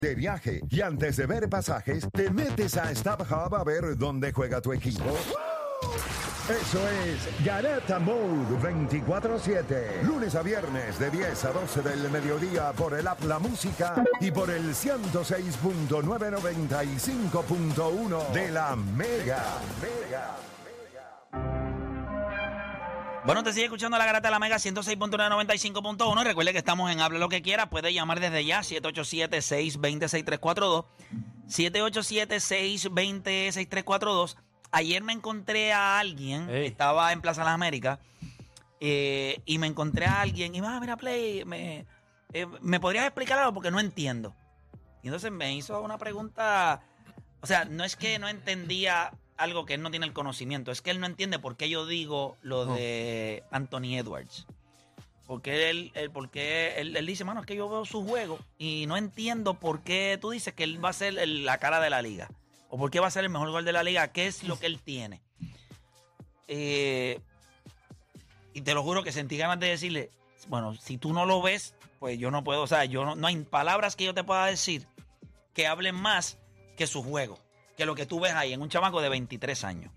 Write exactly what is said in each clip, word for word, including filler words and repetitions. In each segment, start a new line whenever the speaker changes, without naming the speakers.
de viaje. Y antes de ver pasajes, te metes a StubHub a ver dónde juega tu equipo. Eso es Garata Mode veinticuatro siete. Lunes a viernes de diez a doce del mediodía por el app La Música y por el ciento seis punto nueve noventa y cinco punto uno de la Mega. Mega.
Bueno, te sigue escuchando la Garata de la Mega ciento seis punto nueve noventa y cinco punto uno. Recuerde que estamos en Hable lo que quiera. Puede llamar desde ya siete ocho siete, seis dos cero, seis tres cuatro dos. siete ocho siete, seis dos cero, seis tres cuatro dos. Ayer me encontré a alguien,
Hey.
estaba en Plaza Las Américas, eh, y me encontré a alguien, y me ah, mira, Play, me, eh, ¿me podrías explicar algo? Porque no entiendo. Y entonces me hizo una pregunta, o sea, no es que no entendía algo que él no tiene el conocimiento, es que él no entiende por qué yo digo lo
No.
de Anthony Edwards. Porque él, él, porque él, él dice, mano, es que yo veo su juego y no entiendo por qué tú dices que él va a ser el- la cara de la liga. ¿O por qué va a ser el mejor gol de la liga? ¿Qué es lo que él tiene? Eh, y te lo juro que sentí ganas de decirle, bueno, si tú no lo ves, pues yo no puedo, o sea, yo no, no hay palabras que yo te pueda decir que hablen más que su juego, que lo que tú ves ahí en un chamaco de veintitrés años.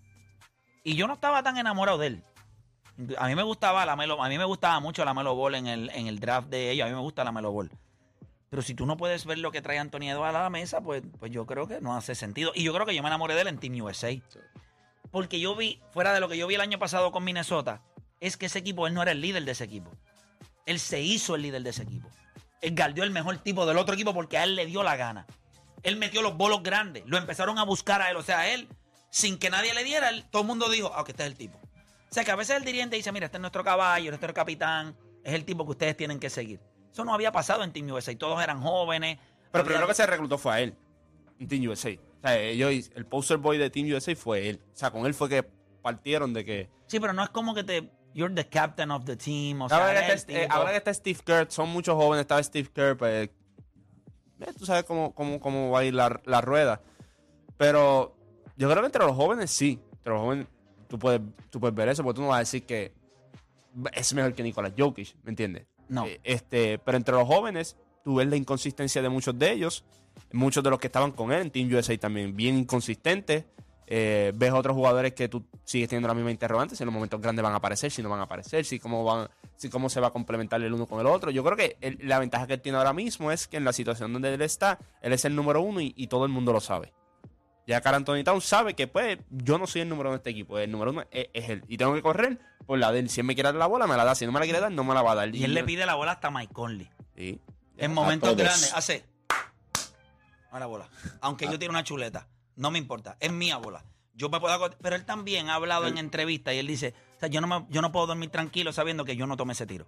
Y yo no estaba tan enamorado de él. A mí me gustaba la Melo, a mí me gustaba mucho la Melo Ball en el, en el draft de ellos, a mí me gusta la Melo Ball. Pero si tú no puedes ver lo que trae Anthony Edwards a la mesa, pues, pues yo creo que no hace sentido. Y yo creo que yo me enamoré de él en Team U S A. Porque yo vi, fuera de lo que yo vi el año pasado con Minnesota, es que ese equipo, él no era el líder de ese equipo. Él se hizo el líder de ese equipo. Él guardió el mejor tipo del otro equipo porque a él le dio la gana. Él metió los bolos grandes. Lo empezaron a buscar a él. O sea, él, sin que nadie le diera, él- todo el mundo dijo, ah, que este es el tipo. O sea, que a veces el dirigente dice, mira, este es nuestro caballo, este es nuestro capitán, es el tipo que ustedes tienen que seguir. Eso no había pasado en Team U S A. Todos eran jóvenes.
Pero
Había-
primero que se reclutó fue a él, en Team U S A. O sea, ellos, el poster boy de Team U S A fue él. O sea, con él fue que partieron de que...
Sí, pero no es como que te... You're the captain of the team. O sea,
ahora, que
eres
está,
el
eh,
tipo.
ahora que está Steve Kerr, son muchos jóvenes, estaba Steve Kerr, pues... eh, tú sabes cómo, cómo, cómo va a ir la, la rueda. Pero yo creo que entre los jóvenes sí. Entre los jóvenes tú puedes, tú puedes ver eso, porque tú no vas a decir que es mejor que Nikola Jokic, ¿me entiendes?
No.
Eh, este, pero entre los jóvenes, tú ves la inconsistencia de muchos de ellos. Muchos de los que estaban con él en Team U S A también bien inconsistentes. Eh, ves otros jugadores que tú sigues teniendo la misma interrogante, si en los momentos grandes van a aparecer, si no van a aparecer, si cómo, van, si cómo se va a complementar el uno con el otro. Yo creo que el- la ventaja que él tiene ahora mismo es que en la situación donde él está, él es el número uno y, y todo el mundo lo sabe. Ya Karl Anthony Towns sabe que pues yo no soy el número uno de este equipo, el número uno es, es él. Y tengo que correr por la de él. Si él me quiere dar la bola, me la da. Si no me la quiere dar, no me la va a dar.
Y él le pide la bola hasta Mike Conley.
Sí.
En momentos
todos.
grandes. Hace. A la bola. Aunque yo tiene una chuleta. No me importa. Es mía bola. Yo me puedo acort- Pero él también ha hablado en entrevistas y él dice, o sea, yo no, me- yo no puedo dormir tranquilo sabiendo que yo no tomé ese tiro.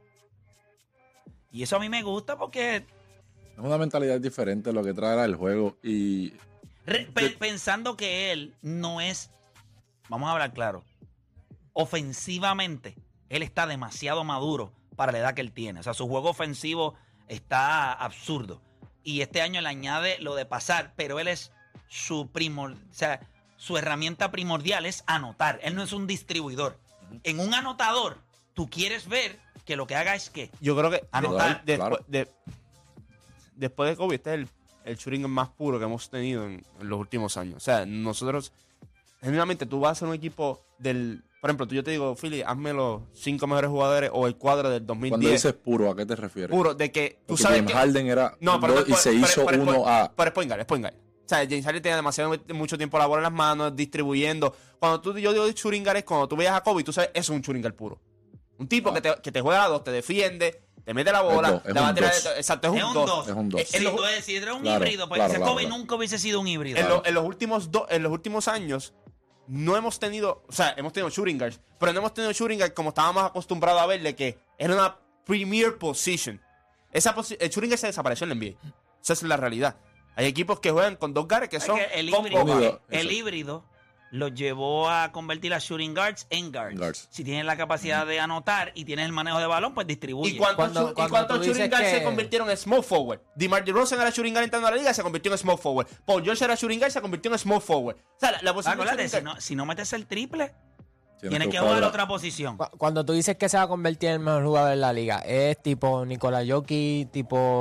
Y eso a mí me gusta porque
Es una mentalidad diferente lo que traerá el juego. Y
re- pe- pensando que él no es, vamos a hablar claro, ofensivamente, él está demasiado maduro para la edad que él tiene. O sea, su juego ofensivo está absurdo. Y este año le añade lo de pasar, pero él es su primor, o sea, su herramienta primordial es anotar. Él no es un distribuidor. En un anotador, tú quieres ver que lo que haga es que
Yo creo que
Anotar.
de-
Claro.
después, de, después de Kobe, este es el, el shooting más puro que hemos tenido en, en los últimos años. O sea, nosotros, genuinamente, tú vas a ser un equipo del... Por ejemplo, tú yo te digo, Philly, hazme los cinco mejores jugadores o el cuadro del dos mil diez.
cuando dices puro, ¿a qué te refieres?
Puro, de que tú
Porque
sabes
James
que...
Harden era
No, pero,
dos y se hizo
pero,
uno a...
Pero es point guard, es point guard. O sea, James Harden tenía demasiado mucho tiempo la bola en las manos, distribuyendo. Cuando tú, yo digo shooting guard es cuando tú veas a Kobe, tú sabes, eso es un shooting guard puro. Un tipo
Ah.
que, te, que te juega a dos, te defiende, te mete la bola,
dos, es
la va a
un
tirar
dos.
de- Exacto, es un,
es un
dos.
dos.
Es un dos.
Eh,
Si
en los-
tú eres, si eres un
Claro,
híbrido, pues
claro,
ese
claro,
Kobe
claro.
nunca hubiese sido un híbrido.
En, lo- en los últimos do- en los últimos años no hemos tenido, o sea, hemos tenido shooting guards, pero no hemos tenido shooting guards como estábamos acostumbrados a verle, que era una premier position. Esa posi- el shooting guard se desapareció en la N B A. Esa es la realidad. Hay equipos que juegan con dos guards que
Es
son
que el
combo
híbrido,
guard.
Eso.
el híbrido lo llevó a convertir a shooting guards en guards.
Guards.
Si tienes la capacidad de anotar y tienes el manejo de balón, pues distribuye.
¿Y cuántos,
Cuando-
shu- ¿y
cuando
cuántos
tú
shooting
dices
guards
que-
se convirtieron en small forward? DeMar DeRozan era shooting guard entrando a la liga y se convirtió en small forward. Paul George era shooting guard y se convirtió en small forward. O sea, la, la posición de
Acuérdate,
shooting
si
guard-
no, si no metes el triple,
Tienes
tienes que
buscar
jugar
la-
otra posición.
Cu- Cuando tú dices que se va a convertir en el mejor jugador de la liga, ¿es tipo Nikola Jokic, tipo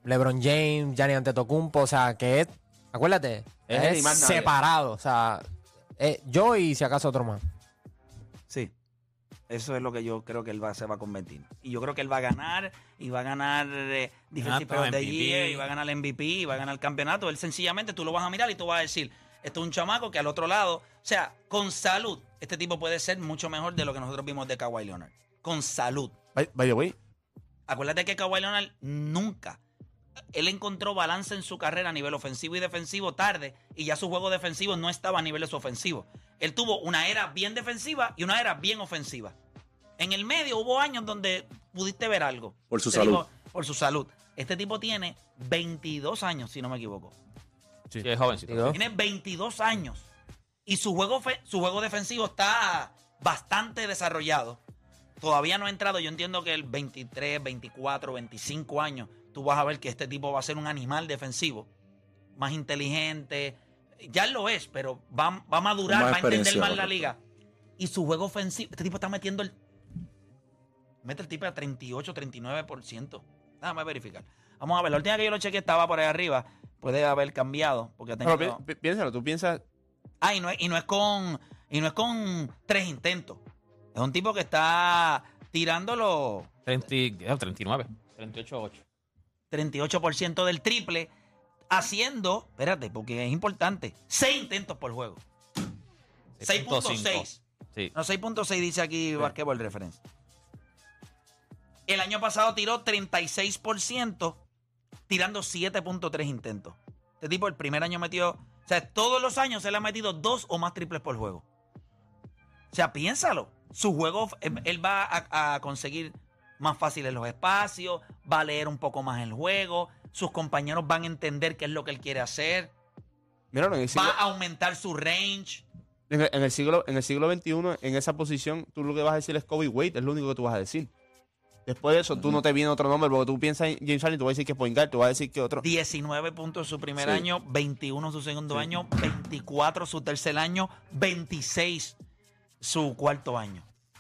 LeBron James, Giannis Antetokounmpo, o sea, que es, acuérdate,
Es él y
es
más nadie.
separado, o sea, eh, yo y si acaso otro más.
Sí. Eso es lo que yo creo que él va, se va a convertir. Y yo creo que él va a ganar, y va a ganar eh, Defensive Player of the
M V P.
Year, y va a ganar el M V P, y va a ganar el campeonato. Él sencillamente, tú lo vas a mirar y tú vas a decir, esto es un chamaco que al otro lado, o sea, con salud, este tipo puede ser mucho mejor de lo que nosotros vimos de Kawhi Leonard. Con salud.
By, by the way,
Acuérdate que Kawhi Leonard nunca, él encontró balance en su carrera a nivel ofensivo y defensivo tarde, y ya su juego defensivo no estaba a niveles ofensivos. Él tuvo una era bien defensiva y una era bien ofensiva. En el medio hubo años donde pudiste ver algo.
Por su
Te
salud.
digo, por su salud. Este tipo tiene veintidós años, si no me equivoco.
Sí, es jovencito.
Digo.
Tiene veintidós años. Y su juego, fe- su juego defensivo está bastante desarrollado. Todavía no ha entrado. Yo entiendo que el veintitrés, veinticuatro, veinticinco años, tú vas a ver que este tipo va a ser un animal defensivo. Más inteligente. Ya lo es, pero va, va a madurar,
Más
va a entender
experiencia,
más la
correcto.
liga. Y su juego ofensivo, este tipo está metiendo el... Mete el tipo a treinta y ocho, treinta y nueve por ciento. Déjame verificar. Vamos a ver, la última que yo lo chequeé estaba por ahí arriba. Puede haber cambiado. Porque ha
pero
tenido...
pi- pi- piénsalo, tú piensas,
Ah, y no es, y no es con y no es con tres intentos. Es un tipo que está tirándolo
treinta, eh, treinta y nueve. treinta y ocho ocho.
treinta y ocho por ciento del triple, haciendo, espérate, porque es importante, seis intentos por juego. seis punto seis.
Sí.
No, seis punto seis dice aquí Basketball Reference. El año pasado tiró treinta y seis por ciento, tirando siete punto tres intentos. Este tipo el primer año metió, o sea, todos los años se le ha metido dos o más triples por juego. O sea, piénsalo. Su juego, él, él va a, a conseguir más fáciles los espacios, va a leer un poco más el juego, sus compañeros van a entender qué es lo que él quiere hacer,
mira, en el siglo,
va a aumentar su range.
en el, en el siglo, en el siglo veintiuno, en esa posición, tú lo que vas a decir es Kobe Wade, es lo único que tú vas a decir. Después de eso, tú no te viene otro nombre, porque tú piensas en James Harden, tú vas a decir que es point guard, tú vas a decir que otro.
diecinueve puntos su primer
Sí.
año, veintiuno su segundo año, veinticuatro su tercer año, veintiséis su cuarto año.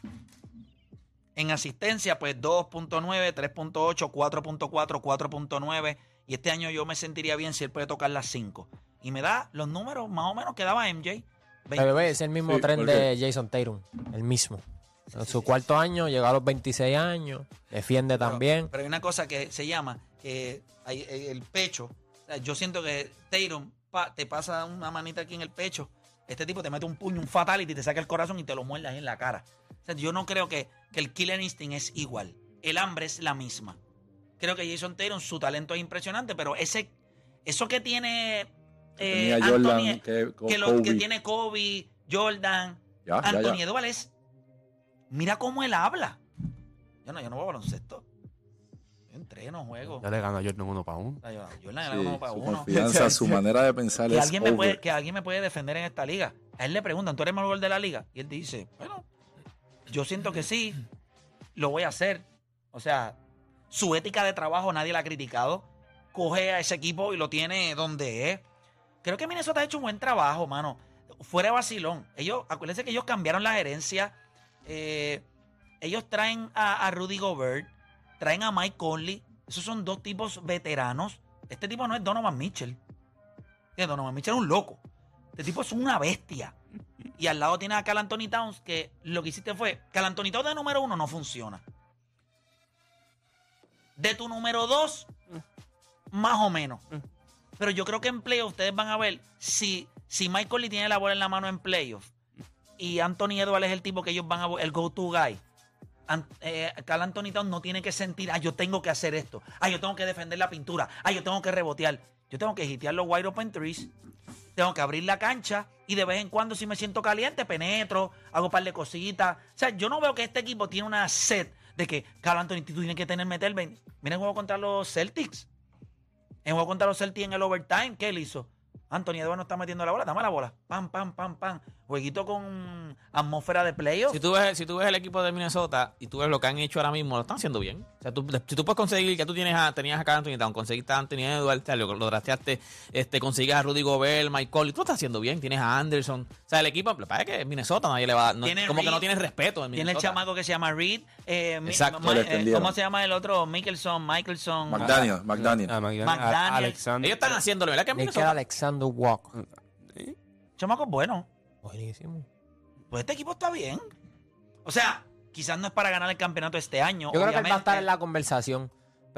En asistencia, pues dos punto nueve, tres punto ocho, cuatro punto cuatro, cuatro punto nueve. Y este año yo me sentiría bien si él puede tocar las cinco. Y me da los números más o menos que daba M J.
Pero bebé, es el mismo
Sí,
tren
porque-
de Jason Tatum, el mismo. En su cuarto año, llegó a los veintiséis años, defiende
Pero-
también.
Pero hay una cosa que se llama que hay, eh, el pecho. O sea, yo siento que Tatum pa- te pasa una manita aquí en el pecho. Este tipo te mete un puño, un fatality, te saca el corazón y te lo muerde ahí en la cara. O sea, yo no creo que, que el Killer Instinct es igual. El hambre es la misma. Creo que Jason Tatum, su talento es impresionante, pero ese eso que tiene eh,
Tenía Jordan,
Anthony,
que,
que, lo, que
Kobe.
tiene Kobe, Jordan,
Ya, ya,
Anthony
ya.
Edwards es- mira cómo él habla. Yo no, yo no voy a baloncesto. Yo entreno, juego.
Ya le gano a Jordan uno para uno.
O sea, yo- yo le
Sí,
gano uno para
su
uno.
confianza, su manera de pensar
Que
es
alguien, me
over.
puede, que alguien me puede defender en esta liga. A él le preguntan, ¿tú eres el mejor de la liga? Y él dice, bueno, yo siento que sí, lo voy a hacer. O sea, su ética de trabajo nadie la ha criticado. Coge a ese equipo y lo tiene donde es. Creo que Minnesota ha hecho un buen trabajo, mano. Fuera de vacilón. Ellos, acuérdense que ellos cambiaron la gerencia. Eh, ellos traen a, a Rudy Gobert, traen a Mike Conley. Esos son dos tipos veteranos. Este tipo no es Donovan Mitchell. Que Donovan Mitchell es un loco. Este tipo es una bestia. Y al lado tiene a Karl Anthony Towns, que lo que hiciste fue, Karl Anthony Towns de número uno no funciona. De tu número dos, más o menos. Pero yo creo que en playoff ustedes van a ver si, si Mike Conley tiene la bola en la mano en playoff y Anthony Edwards es el tipo que ellos van a el go-to guy. An, eh, Karl Anthony Towns no tiene que sentir, ah, yo tengo que hacer esto, ah, yo tengo que defender la pintura, ah, yo tengo que rebotear, yo tengo que hitear los wide open threes, tengo que abrir la cancha y de vez en cuando si me siento caliente penetro, hago un par de cositas. O sea, yo no veo que este equipo tiene una sed de que Karl Anthony tú tienes que tener meter veinte. Miren el juego contra los Celtics. En el juego contra los Celtics en el overtime, ¿qué él hizo? Anthony Edwards no está metiendo la bola, dame la bola. Pam, pam, pam, pam. Jueguito con atmósfera de playoff.
Si tú, ves, si tú ves el equipo de Minnesota y tú ves lo que han hecho ahora mismo, lo están haciendo bien. O sea, tú, si tú puedes conseguir, ya tú tienes a, tenías a Karl Anthony Towns, conseguiste a Anthony Edwards, lo, lo drafteaste, este, consigues a Rudy Gobert, Mike Conley, tú lo estás haciendo bien, tienes a Anderson. O sea, el equipo, lo que pasa es que Minnesota nadie le va a dar, no, como
Reed,
que no tienes respeto en
Tiene
Minnesota.
el chamaco que se llama Reed. Eh,
Exacto.
Ma-
Lo
eh,
extendieron.
¿Cómo se llama el otro? Mickelson, Michelson.
McDaniel, McDaniel.
Ah, McDaniel,
McDaniel.
a- Alexander.
Ellos están haciéndolo, ¿verdad? Que en
Nickel
Minnesota.
Alexander Walker.
Chamaco bueno.
Buenísimo.
Pues este equipo está bien. O sea, quizás no es para ganar el campeonato este año.
Yo creo que él va a estar en la conversación.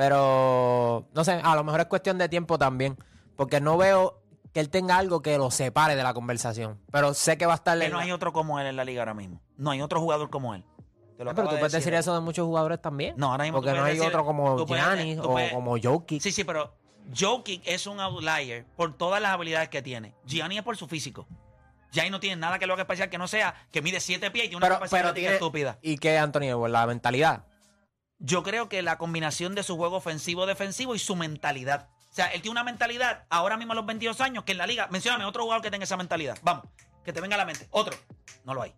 Pero, no sé, a lo mejor es cuestión de tiempo también. Porque no veo que él tenga algo que lo separe de la conversación. Pero sé que va a estar...
Que
en
no
la-
hay otro como él en la liga ahora mismo. No hay otro jugador como él. Te lo
Ah, pero
acabo
tú
de
puedes decir
él.
eso de muchos jugadores también.
No, ahora mismo tú
Porque no
puedes
hay
decir-
otro como
tú puedes-
Giannis
tú
o
puedes-
como Jokic.
Sí, sí, pero Jokic es un outlier por todas las habilidades que tiene. Giannis es por su físico. Giannis no tiene nada que lo haga especial que no sea que mide siete pies y tiene una
pero,
capacidad
pero
atlética
tiene...
estúpida.
¿Y qué, Anthony Edwards? La mentalidad.
Yo creo que la combinación de su juego ofensivo-defensivo y su mentalidad. O sea, él tiene una mentalidad ahora mismo a los veintidós años que en la liga... Mencióname otro jugador que tenga esa mentalidad. Vamos, que te venga a la mente. Otro. No lo hay.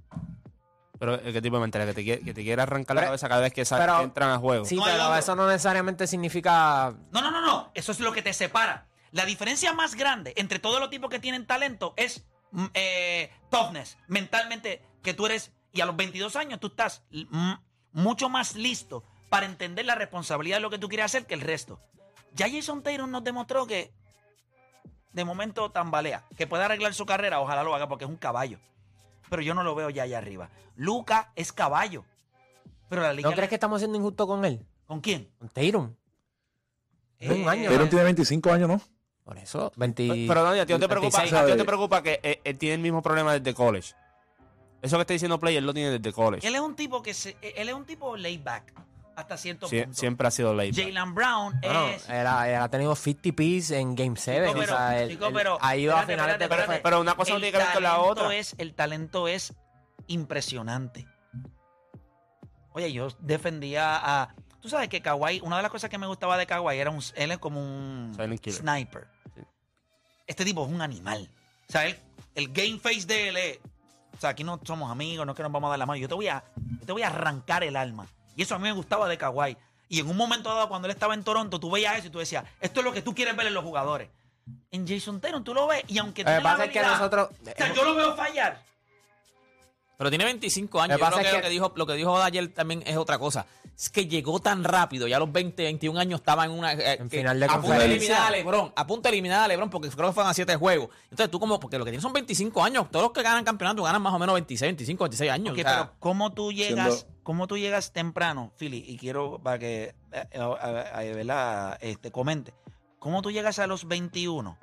Pero eh, qué tipo de mentalidad, que te, quiere, que te quiere arrancar la
Pero-
cabeza cada vez que, sa-
pero-
que entran a juego.
Sí,
No hay
pero
otro.
eso no necesariamente significa...
No, no, no, no. Eso es lo que te separa. La diferencia más grande entre todos los tipos que tienen talento es mm, eh, toughness. Mentalmente, que tú eres... Y a los veintidós años tú estás mm, mucho más listo para entender la responsabilidad de lo que tú quieres hacer que el resto. Ya Jason Tatum nos demostró que de momento tambalea. Que puede arreglar su carrera, ojalá lo haga porque es un caballo. Pero yo no lo veo ya allá arriba. Luka es caballo. Pero la liga...
¿No crees que estamos siendo injustos con él?
¿Con quién?
Con Tatum. Es un
Eh,
año.
Tatum
¿no?
tiene veinticinco años, ¿no?
Por eso, veinte...
Pero, pero Dani, a ti no te preocupa,
veintiséis.
a ti no te preocupa que él, él tiene el mismo problema desde college. Eso que está diciendo Play, él lo tiene desde college.
Él es un tipo que se, él es un tipo laid back hasta cierto
Sie-
punto.
siempre ha sido late.
Jaylen Brown
Bueno,
es...
él, ha, él ha tenido cincuenta pies en Game siete.
Chico,
o sea,
pero-
él-
chico,
él
pero-
ha ido a
espérate,
finales de
espérate,
conferencia.
Pero una cosa no
el
tiene que ver con la
talento
otra.
Es, el talento es impresionante. Oye, yo defendía a... Tú sabes que Kawhi, una de las cosas que me gustaba de Kawhi era un, él es como un
Silent killer.
sniper.
Sí.
Este tipo es un animal. O sea, él, el game face de él es... O sea, aquí no somos amigos, no es que nos vamos a dar la mano. Yo te voy a, yo te voy a arrancar el alma. Y eso a mí me gustaba de Kawhi. Y en un momento dado, cuando él estaba en Toronto, tú veías eso y tú decías, esto es lo que tú quieres ver en los jugadores. En Jason Tatum tú lo ves y aunque
Lo que
tiene la
pasa es que
habilidad,
nosotros...
o sea, yo lo veo fallar.
Pero tiene veinticinco años.
Lo que
Yo
pasa
creo que,
es
lo
que-
que dijo, lo que dijo ayer también es otra cosa. Es que llegó tan rápido, ya a los veinte, veintiún años estaba en una... eh,
En
que
final de
a punto de
conferencia.
eliminar a LeBron, a punto de eliminar a LeBron, porque creo que fueron a siete juegos. Entonces tú como, porque lo que tienes son veinticinco años, todos los que ganan campeonato ganan más o menos veintiséis, veinticinco, veintiséis años.
Ok,
o sea,
pero ¿cómo tú llegas,
siendo-
cómo tú llegas temprano, Philly? Y quiero para que eh, eh, a- a- ¿verdad? Este, comente. ¿Cómo tú llegas a los veintiuno?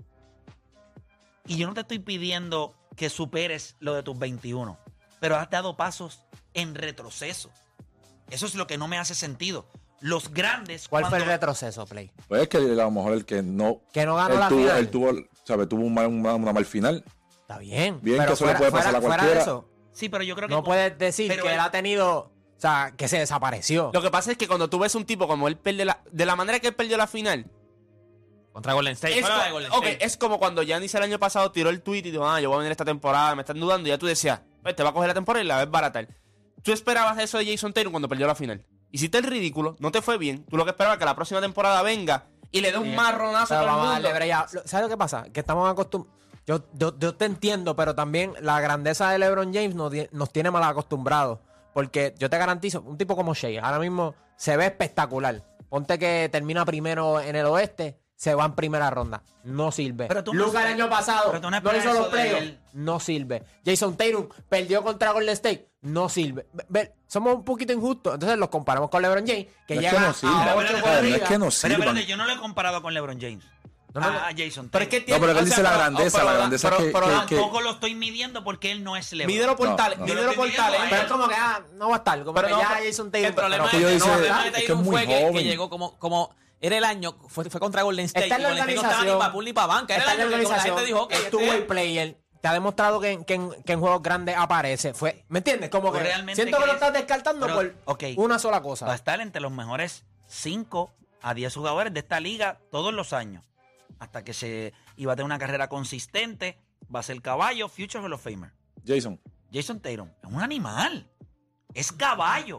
Y yo no te estoy pidiendo que superes lo de tus veintiuno, pero has dado pasos en retroceso. Eso es lo que no me hace sentido. Los grandes...
¿Cuál fue el
cuando-
retroceso, Play?
Pues es que a lo mejor el que no.
Que no ganó
él
la
tuvo,
final.
Él tuvo, ¿sabe? Tuvo un mal- una, una mal final.
Está bien.
Bien,
pero
que eso le
fuera,
puede pasar
fuera-
a
fuera
cualquiera.
de eso,
Sí, pero yo creo que...
no puedes decir
pero
que
él-
él ha tenido... O sea, que se desapareció.
Lo que pasa es que cuando tú ves un tipo como él pierde la, de la manera que él perdió la final,
contra Golden State.
es,
fuera de
co-
Golden
ok,
State.
es como cuando Giannis el año pasado tiró el tweet y dijo, ah, yo voy a venir esta temporada, me están dudando, y ya tú decías, pues te va a coger la temporada y la ves baratar. Tú esperabas eso de Jason Tatum cuando perdió la final. Hiciste el ridículo, no te fue bien. Tú lo que esperabas es que la próxima temporada venga y le dé un marronazo a
Pero
todo el
vamos a
mundo.
darle break. Lo- ¿Sabes lo que pasa? Que estamos acostumbrados. Yo, yo, yo te entiendo, pero también la grandeza de LeBron James nos, di- nos tiene mal acostumbrados. Porque yo te garantizo, un tipo como Shea, ahora mismo se ve espectacular. Ponte que termina primero en el oeste, se va en primera ronda. No sirve.
Pero tú no
Luka el
esperas-
año pasado
pero tú no
no hizo
esperas
los
eso de
playoffs.
él.
No sirve. Jason Tatum perdió contra Golden State. No sirve. Ve- ve, somos un poquito injustos. Entonces los comparamos con LeBron James, que
No es
llega
que no sirva.
a ocho
Espérate,
por
espérate,
No es
arriba.
que no
Pero
sirvan.
espérate, yo no lo he comparado con LeBron James.
No, no, no.
a Jason
Pero es que
Tatum.
tiene-
No, pero él
o sea,
dice la
pero-
grandeza,
pero-
la grandeza
pero-
que,
pero
que-
Dante,
que-
Tampoco lo estoy midiendo porque él no es LeBron.
Mídelo por
No,
tal-
no.
mídelo
Yo lo
por
estoy viendo
talento.
a
Pero
él.
es como que ah, no va a estar. Como
Pero
que
no,
ya
pero-
Jason Tatum.
El problema
pero-
que
es
yo
que
dice-
no, el problema de
es que es
Tatum
muy
fue que,
joven.
que llegó como, como era el año, fue, fue contra Golden State.
Está en la
y Golden State no estaba
organización.
ni para pool ni para banca. Era
Está
el
en la
año que la
organización.
gente dijo, ok,
es
este
two-way
es-
player. Te ha demostrado que, en- que en, que en juegos grandes aparece. Fue, ¿me entiendes? Como
Tú
que
realmente
siento que lo
crees-
estás descartando
Pero,
por
ok.
una sola
Va a
cosa.
estar entre los mejores cinco a diez jugadores de esta liga todos los años. Hasta que se iba a tener una carrera consistente, va a ser caballo, Future Hall of Famer.
Jason.
Jason Tatum es un animal. Es caballo.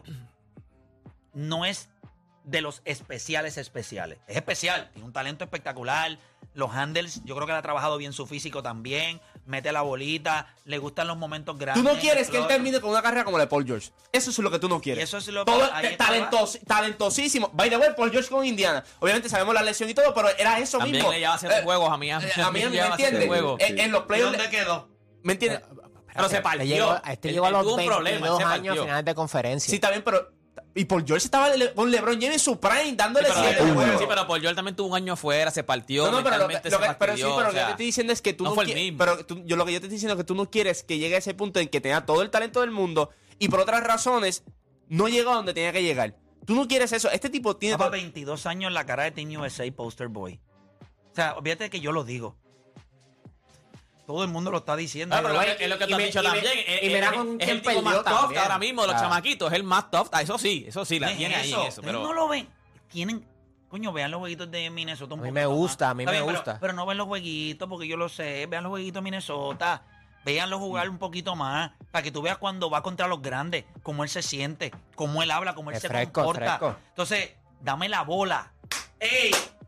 No es de los especiales especiales. Es especial. Tiene un talento espectacular. Los handles, yo creo que le ha trabajado bien su físico también. Mete la bolita. Le gustan los momentos
Tú
grandes.
no quieres que él
explota.
termine con una carrera como la de Paul George. Eso es lo que tú no quieres.
Y eso es lo que-
Todo,
ahí
te-
está.
talentos, talentosísimo. By the way, Paul George con Indiana. Obviamente sabemos la lesión y todo, pero era eso
También
mismo.
le lleva siete
Eh,
juegos a Miami.
eh, a mí,
Le
¿me
lleva siete
entiendes?
juegos.
En, en los
¿Y
playoffs.
dónde quedó?
¿Me entiendes?
Pero se
Este
partió.
llegó, este
Él-
llegó a
él
los
tuvo un problema, él
veintidós
se
años
partió.
finales de conferencia.
Sí, también, pero. Y Paul George estaba le- con LeBron James en su prime, dándole
Pero,
siete
uno.
juegos.
sí, pero Paul George también tuvo un año afuera, se partió,
No, no, pero lo,
mentalmente
lo
se
que, pero sí,
fastidió,
pero
o
lo que
sea,
te estoy diciendo es que tú
no
no,
fue el
quieres.
mismo.
Pero tú- yo lo que yo te estoy diciendo es que tú no quieres que llegue a ese punto en que tenga todo el talento del mundo y por otras razones no llega a donde tenía que llegar. Tú no quieres eso. Este tipo tiene.
Papá,
todo-
veintidós años en la cara de Team U S A Poster Boy. O sea, olvídate que yo lo digo. Todo el mundo lo está diciendo.
Ah, pero
Pero,
lo que- es lo que
y
tú has
me-
dicho
y me-
también.
y
Es-
mira
es-
con
es
quién
el tipo más
perdió
tough
también.
ahora mismo de los
Ah.
chamaquitos. Es el más tough. Ah, eso sí, eso sí, la
No es
tiene ahí en eso.
Ustedes
Pero
no lo ven. Tienen. Coño, vean los jueguitos de Minnesota un
A mí
poquito
me
más.
gusta, a mí
Está
me
bien, pero-
gusta.
Pero, no ven los jueguitos porque yo lo sé. Vean los jueguitos de Minnesota. Véanlo jugar un poquito más. Para que tú veas cuando va contra los grandes, cómo él se siente, cómo él habla, cómo él
Es
se
fresco, es
comporta.
fresco.
Entonces, dame la bola. ¡Ey!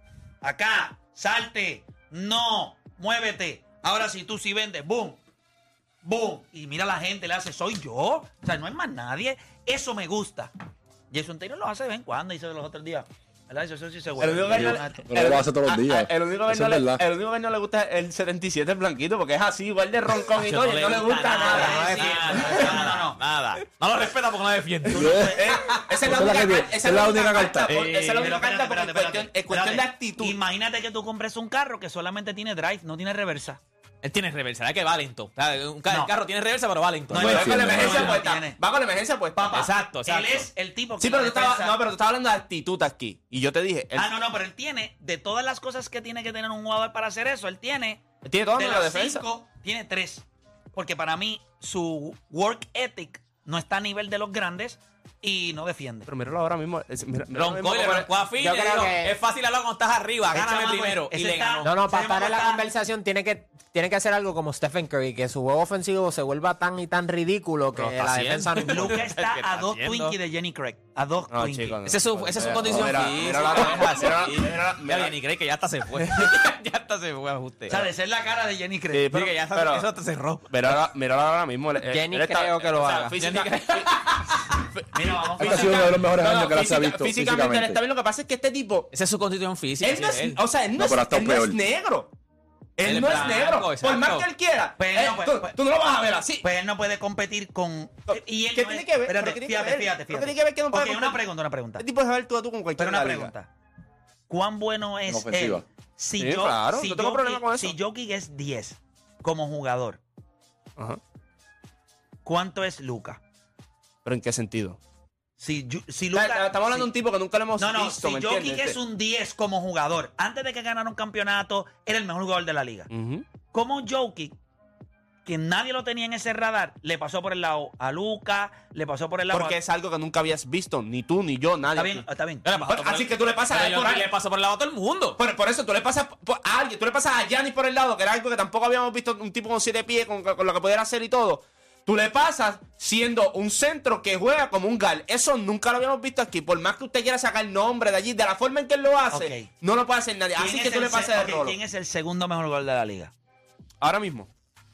Acá, salte. No, muévete. Ahora sí, tú sí vendes. ¡Boom! ¡Boom! Y mira la gente, le hace, soy yo. O sea, no es más nadie. Eso me gusta. Jason Taylor lo hace de vez en cuando, hizo los otros días. ¿Verdad? Eso, eso sí se
El
vuelve.
único que no-
Pero él lo hace todos los
Ah,
días.
ah, El único que
Eso
no
es
le-
verdad.
el único que no le gusta es el setenta y siete blanquito, porque es así, igual de roncón y todo, y no le gusta nada.
No,
Sí,
nada,
no, no, no.
nada. No lo respeta porque no lo defiende.
Eh, Esa es la
Esa es la
única
que tiene-
esa
esa es la única carta.
por- Esa es la
Pero
única
espérate,
carta porque
espérate,
en cuestión-
espérate,
en cuestión de
espérate.
actitud.
Imagínate que tú compres un carro que solamente tiene drive, no tiene reversa.
Él tiene reversa, ¿verdad? Que va lento. O sea, un ca-
No.
El carro tiene reversa, pero va lento.
No,
Pues
no,
va con la
no,
emergencia
no, no
puesta.
tiene.
Va con la emergencia puesta.
Papá,
Exacto, exacto.
Él es el tipo que
Sí, pero tú,
la
estabas,
defensa-
no, pero tú estabas hablando de actitud aquí. Y yo te dije, él,
Ah, no, no, pero él tiene, de todas las cosas que tiene que tener un jugador para hacer eso, él tiene,
él tiene todo
de
en la
las
defensa.
cinco, tiene tres. Porque para mí, su work ethic no está a nivel de los grandes y no defiende.
Pero míralo ahora mismo. es- mira- míralo ahora
Roncó y le
mismo como-
roncó a Finn y
Yo
le
creo
dijo,
que-
es fácil hablar cuando estás arriba,
El
gáname
chamaco,
primero. Y
ese
le
está-
ganó.
No, no,
Se
para
me
estar en la
está-
conversación tiene que, tiene que hacer algo como Stephen Curry, que su juego ofensivo se vuelva tan y tan ridículo que
Pero está
la
haciendo.
defensa no importa.
Luka está
¿Qué
a
está
dos
haciendo?
Twinkies de Jenny Craig. A dos
No,
Twinkies.
chicos, no.
Esa es su, esa es su condición
Mira,
física.
mira la-
es
mira-
así.
mira- mira-
Ya ni cree que ya hasta se fue. ya hasta se fue ajuste.
O sea, de ser la cara de Jenny Craig.
Sí,
Sí,
pero-
que ya está-
pero-
eso te cerró.
Mira ahora, mira ahora mismo. él- él-
Jenny
él está-
creo que lo
o sea,
haga.
física-
Jenny
Mira, vamos
Este ha sido uno de los mejores
No, no,
años que las ha
física-
visto
Físicamente, él
físicamente.
está bien. Lo que pasa es que este tipo.
Esa es su constitución física.
Él no
así
es,
es él.
o sea, él no,
No,
es,
pero hasta
él no es
peor.
negro. Él,
Él es
no es
blanco,
negro.
exacto.
Por más que él quiera.
Pues
él-
no, pues-
tú,
pues-
tú no lo vas a ver así.
Pues él no puede competir con... Y él
¿Qué
no
tiene
es-
que ver?
Espérate,
¿Pero qué tiene que
fíjate,
ver?
fíjate,
¿Pero
fíjate.
qué tiene que ver que no puede
Ok, una
competir?
pregunta, una pregunta.
Este tipo es ver tú a tú con cualquier
Pero una
de la liga.
pregunta. ¿Cuán bueno es
ofensiva.
él? Si
Sí,
yo,
claro,
si
no tengo
Jokic-
problema con eso.
Si Jokic es diez como jugador,
Ajá.
¿cuánto es Luka?
¿Pero en qué sentido?
Si, Ju- si
O sea,
Luka...
estamos hablando de
si-
un tipo que nunca lo hemos
No, no,
visto,
si
¿me
Jokic
entiendes?
es un diez como jugador, antes de que ganara un campeonato, era el mejor jugador de la liga.
Ujú.
Como Jokic, que nadie lo tenía en ese radar, le pasó por el lado a Luka, le pasó por el lado
Porque
a...
es algo que nunca habías visto, ni tú, ni yo, nadie.
Está bien, está bien.
Pero le pasó
Pero
por
así
el-
que tú le pasas
pero
por
yo
ahí.
le paso por el lado a todo el mundo.
Por, por eso tú le pasas por- a alguien, tú le pasas a Giannis por el lado, que era algo que tampoco habíamos visto, un tipo con siete pies, con, con lo que pudiera hacer y todo. Tú le pasas siendo un centro que juega como un gal. Eso nunca lo habíamos visto aquí. Por más que usted quiera sacar el nombre de allí, de la forma en que él lo hace,
Ok.
no lo puede hacer nadie.
¿Quién
Así
es
que tú
el
le
se-
pasas
ok,
el rolo.
¿Quién es el segundo mejor jugador de la liga?
Ahora mismo.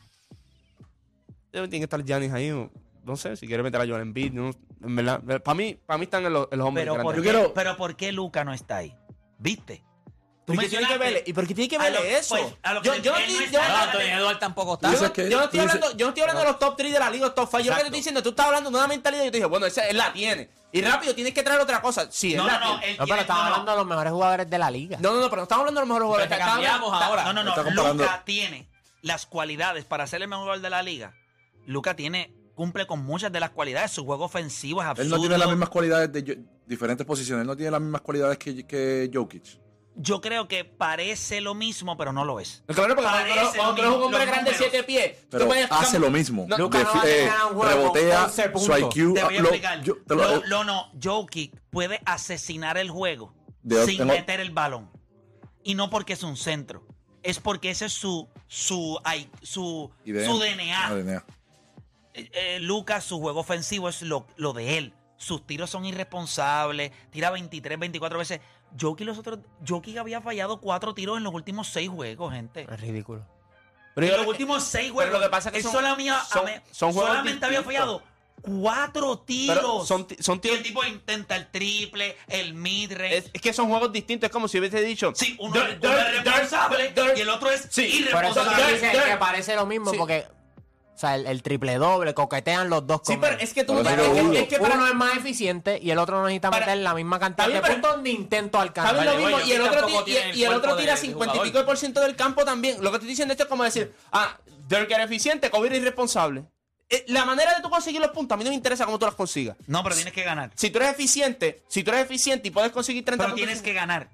Debe- Tiene que estar Giannis ahí. o- No sé, si quiere meter a Joel Embiid. No, en verdad, para mí, para mí están en los, en los hombres
Pero ¿por,
grandes.
qué,
quiero-
pero ¿por qué Luka no está ahí? ¿Viste? Tú
¿Y qué tiene que
mencionaste-
ver? ¿Y por qué tiene que
A
ver
lo-
eso?
pues, a lo que
yo,
te-
yo no
él
estoy-
no
yo-
está-
No, Anthony Edwards tampoco está.
Yo,
Dices
no-
que-
yo no estoy
tú
hablando,
dices-
yo no estoy hablando de los top tres de la liga, los top cinco. Yo lo que te
Exacto.
estoy diciendo, tú estás hablando de una mentalidad y yo te dije, bueno, esa él la tiene. Y rápido tienes que traer otra cosa. Sí, él
No,
la
no, no.
tiene.
él
No, pero
tiene-
estamos
no, no.
hablando de los mejores jugadores de la liga.
No, no, no, pero no estamos hablando de los mejores jugadores.
Pero que
Estamos
cambiamos
hablando-
ahora.
No, no, no.
Está comparando-
Luka tiene las cualidades para ser el mejor jugador de la liga. Luka tiene, cumple con muchas de las cualidades. Su juego ofensivo es absurdo.
Él no tiene las mismas cualidades de Jo- diferentes posiciones. Él no tiene las mismas cualidades que, que Jokic.
Yo creo que parece lo mismo, pero no lo es.
Claro, porque cuando,
Parece
cuando tú eres un
lo
hombre
mismo,
grande de
los
siete pies, tú
Pero
puedes-
hace lo mismo.
No,
Luka no va a
Defi-
tener
eh,
un juego
rebotea,
once puntos.
su I Q.
Te voy a
lo-
explicar.
yo- te lo-
Lo-
eh,
no, no. Jokic puede asesinar el juego
De-
sin
tengo-
meter el balón. Y no porque es un centro. Es porque ese es su, su, ay, su,
y de-
su D N A.
ah, D N A.
eh, eh, Lucas, su juego ofensivo es lo, lo de él. Sus tiros son irresponsables, tira veintitrés, veinticuatro veces. Jokic los otros, Jokic había fallado cuatro tiros en los últimos seis juegos, gente.
Es ridículo.
Pero
en
yo-
los últimos seis
pero
juegos.
lo que pasa es que
él
son-
sola mía-
son-
ame-
son juegos
solamente había
distintos.
fallado cuatro tiros.
Pero son ti- son
Y
tiros-
el tipo intenta el triple, el mid-range.
Es, es que son juegos distintos. Es como si hubiese dicho.
Sí, uno,
Dirk,
uno es
Dirk,
responsable
Dirk, Dirk.
y el otro es
Sí,
Por eso
irresponsable.
tú dices
Dirk,
que parece lo mismo,
Sí.
porque o sea, el, el triple doble, coquetean los dos
Sí,
con
pero
él.
es que tú
Por
no
eso
es
yo
que-
dudo.
es que para
Uno es más eficiente y el otro no necesita
Para-
meter la misma cantidad
Está
de
bien, pero-
puntos ni intento alcanzar.
¿Sabes lo
Vale,
mismo?
oye,
Y el
Jokic
otro,
tampoco
ti-
tiene
y,
el
y el otro
cuerpo
tira
de- de
cincuenta y
jugador.
pico por ciento del campo también. Lo que estoy diciendo esto es como decir, ah, Dirk era eficiente, Kobe era irresponsable. Eh, La manera de tú conseguir los puntos, a mí no me interesa cómo tú los consigas.
No, pero tienes que ganar.
Si tú eres eficiente, si tú eres eficiente y puedes conseguir treinta
Pero
puntos.
tienes que ganar.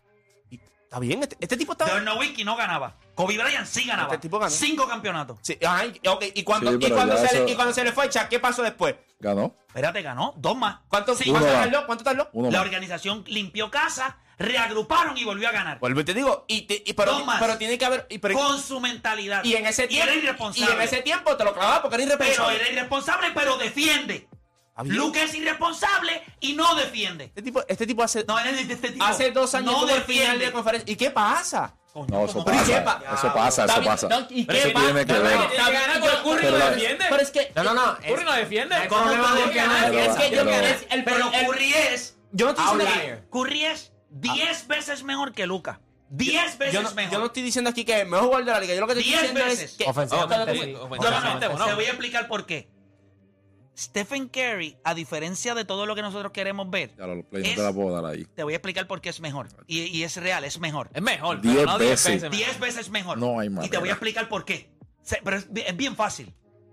Está bien, este, este tipo está.
Dirk Nowitzki no ganaba. Kobe Bryant sí ganaba.
Este tipo ganó.
Cinco campeonatos.
Sí, ay, ok, y cuando,
Sí,
y
pero
cuando,
ya
se, le,
eso-
y cuando se le fue Shaq, ¿qué pasó después?
Ganó.
Espérate, ganó. Dos más.
¿Cuánto,
Sí,
¿cuánto
Uno más.
tardó? ¿Cuánto tardó?
Uno
La
más.
organización limpió casa, reagruparon y volvió a ganar.
Vuelvo y te digo, y, te- y- pero,
Dos más.
pero tiene que haber. Y, pero-
Con su mentalidad.
y en ese
Y
tiempo.
era
Y
irresponsable.
en ese tiempo te lo clavaba porque era
Pero
irresponsable.
era irresponsable, pero defiende.
Está bien.
Luke es irresponsable y no defiende.
Este tipo, este tipo hace,
No, él es de este tipo.
hace dos años
no
tuvo el final
defiende.
de conferencia. ¿Y qué pasa?
Coño,
No, eso
¿cómo
Pero ¿y
pasa?
qué
pasa.
pa-
Eso pasa,
Está
eso
bien,
pasa.
no, ¿y
Pero
qué
sí
pasa?
tiene que
No, no,
ver.
está
Tiene que
bien,
ganar
yo-
porque Curry
pero
no
la-
defiende.
Pero es que.
No, no, no.
Curry no defiende.
El problema
puede
es que
ganar?
no
Es que yo
Pero-
es el,
Pero
el-
Curry es.
yo no estoy diciendo que-
Outlier.
Curry es diez veces mejor que Luka. diez veces
yo no,
mejor.
yo no estoy diciendo aquí que es el mejor jugador de la liga. Yo lo que te estoy
Diez
diciendo
veces.
es que.
Ofensivamente,
No,
sí.
No, no, no,
Ofensivamente, bueno.
te voy a explicar por qué. Stephen Curry, a diferencia de todo lo que nosotros queremos ver,
Ya los play no
Es-
te la puedo dar ahí.
te voy a explicar por qué es mejor. Y, y es real, es mejor.
Es mejor.
Diez
pero no diez
veces.
veces.
Diez veces mejor.
No hay
Y te
manera.
voy a explicar por qué. Se- Pero es, bi- es bien fácil.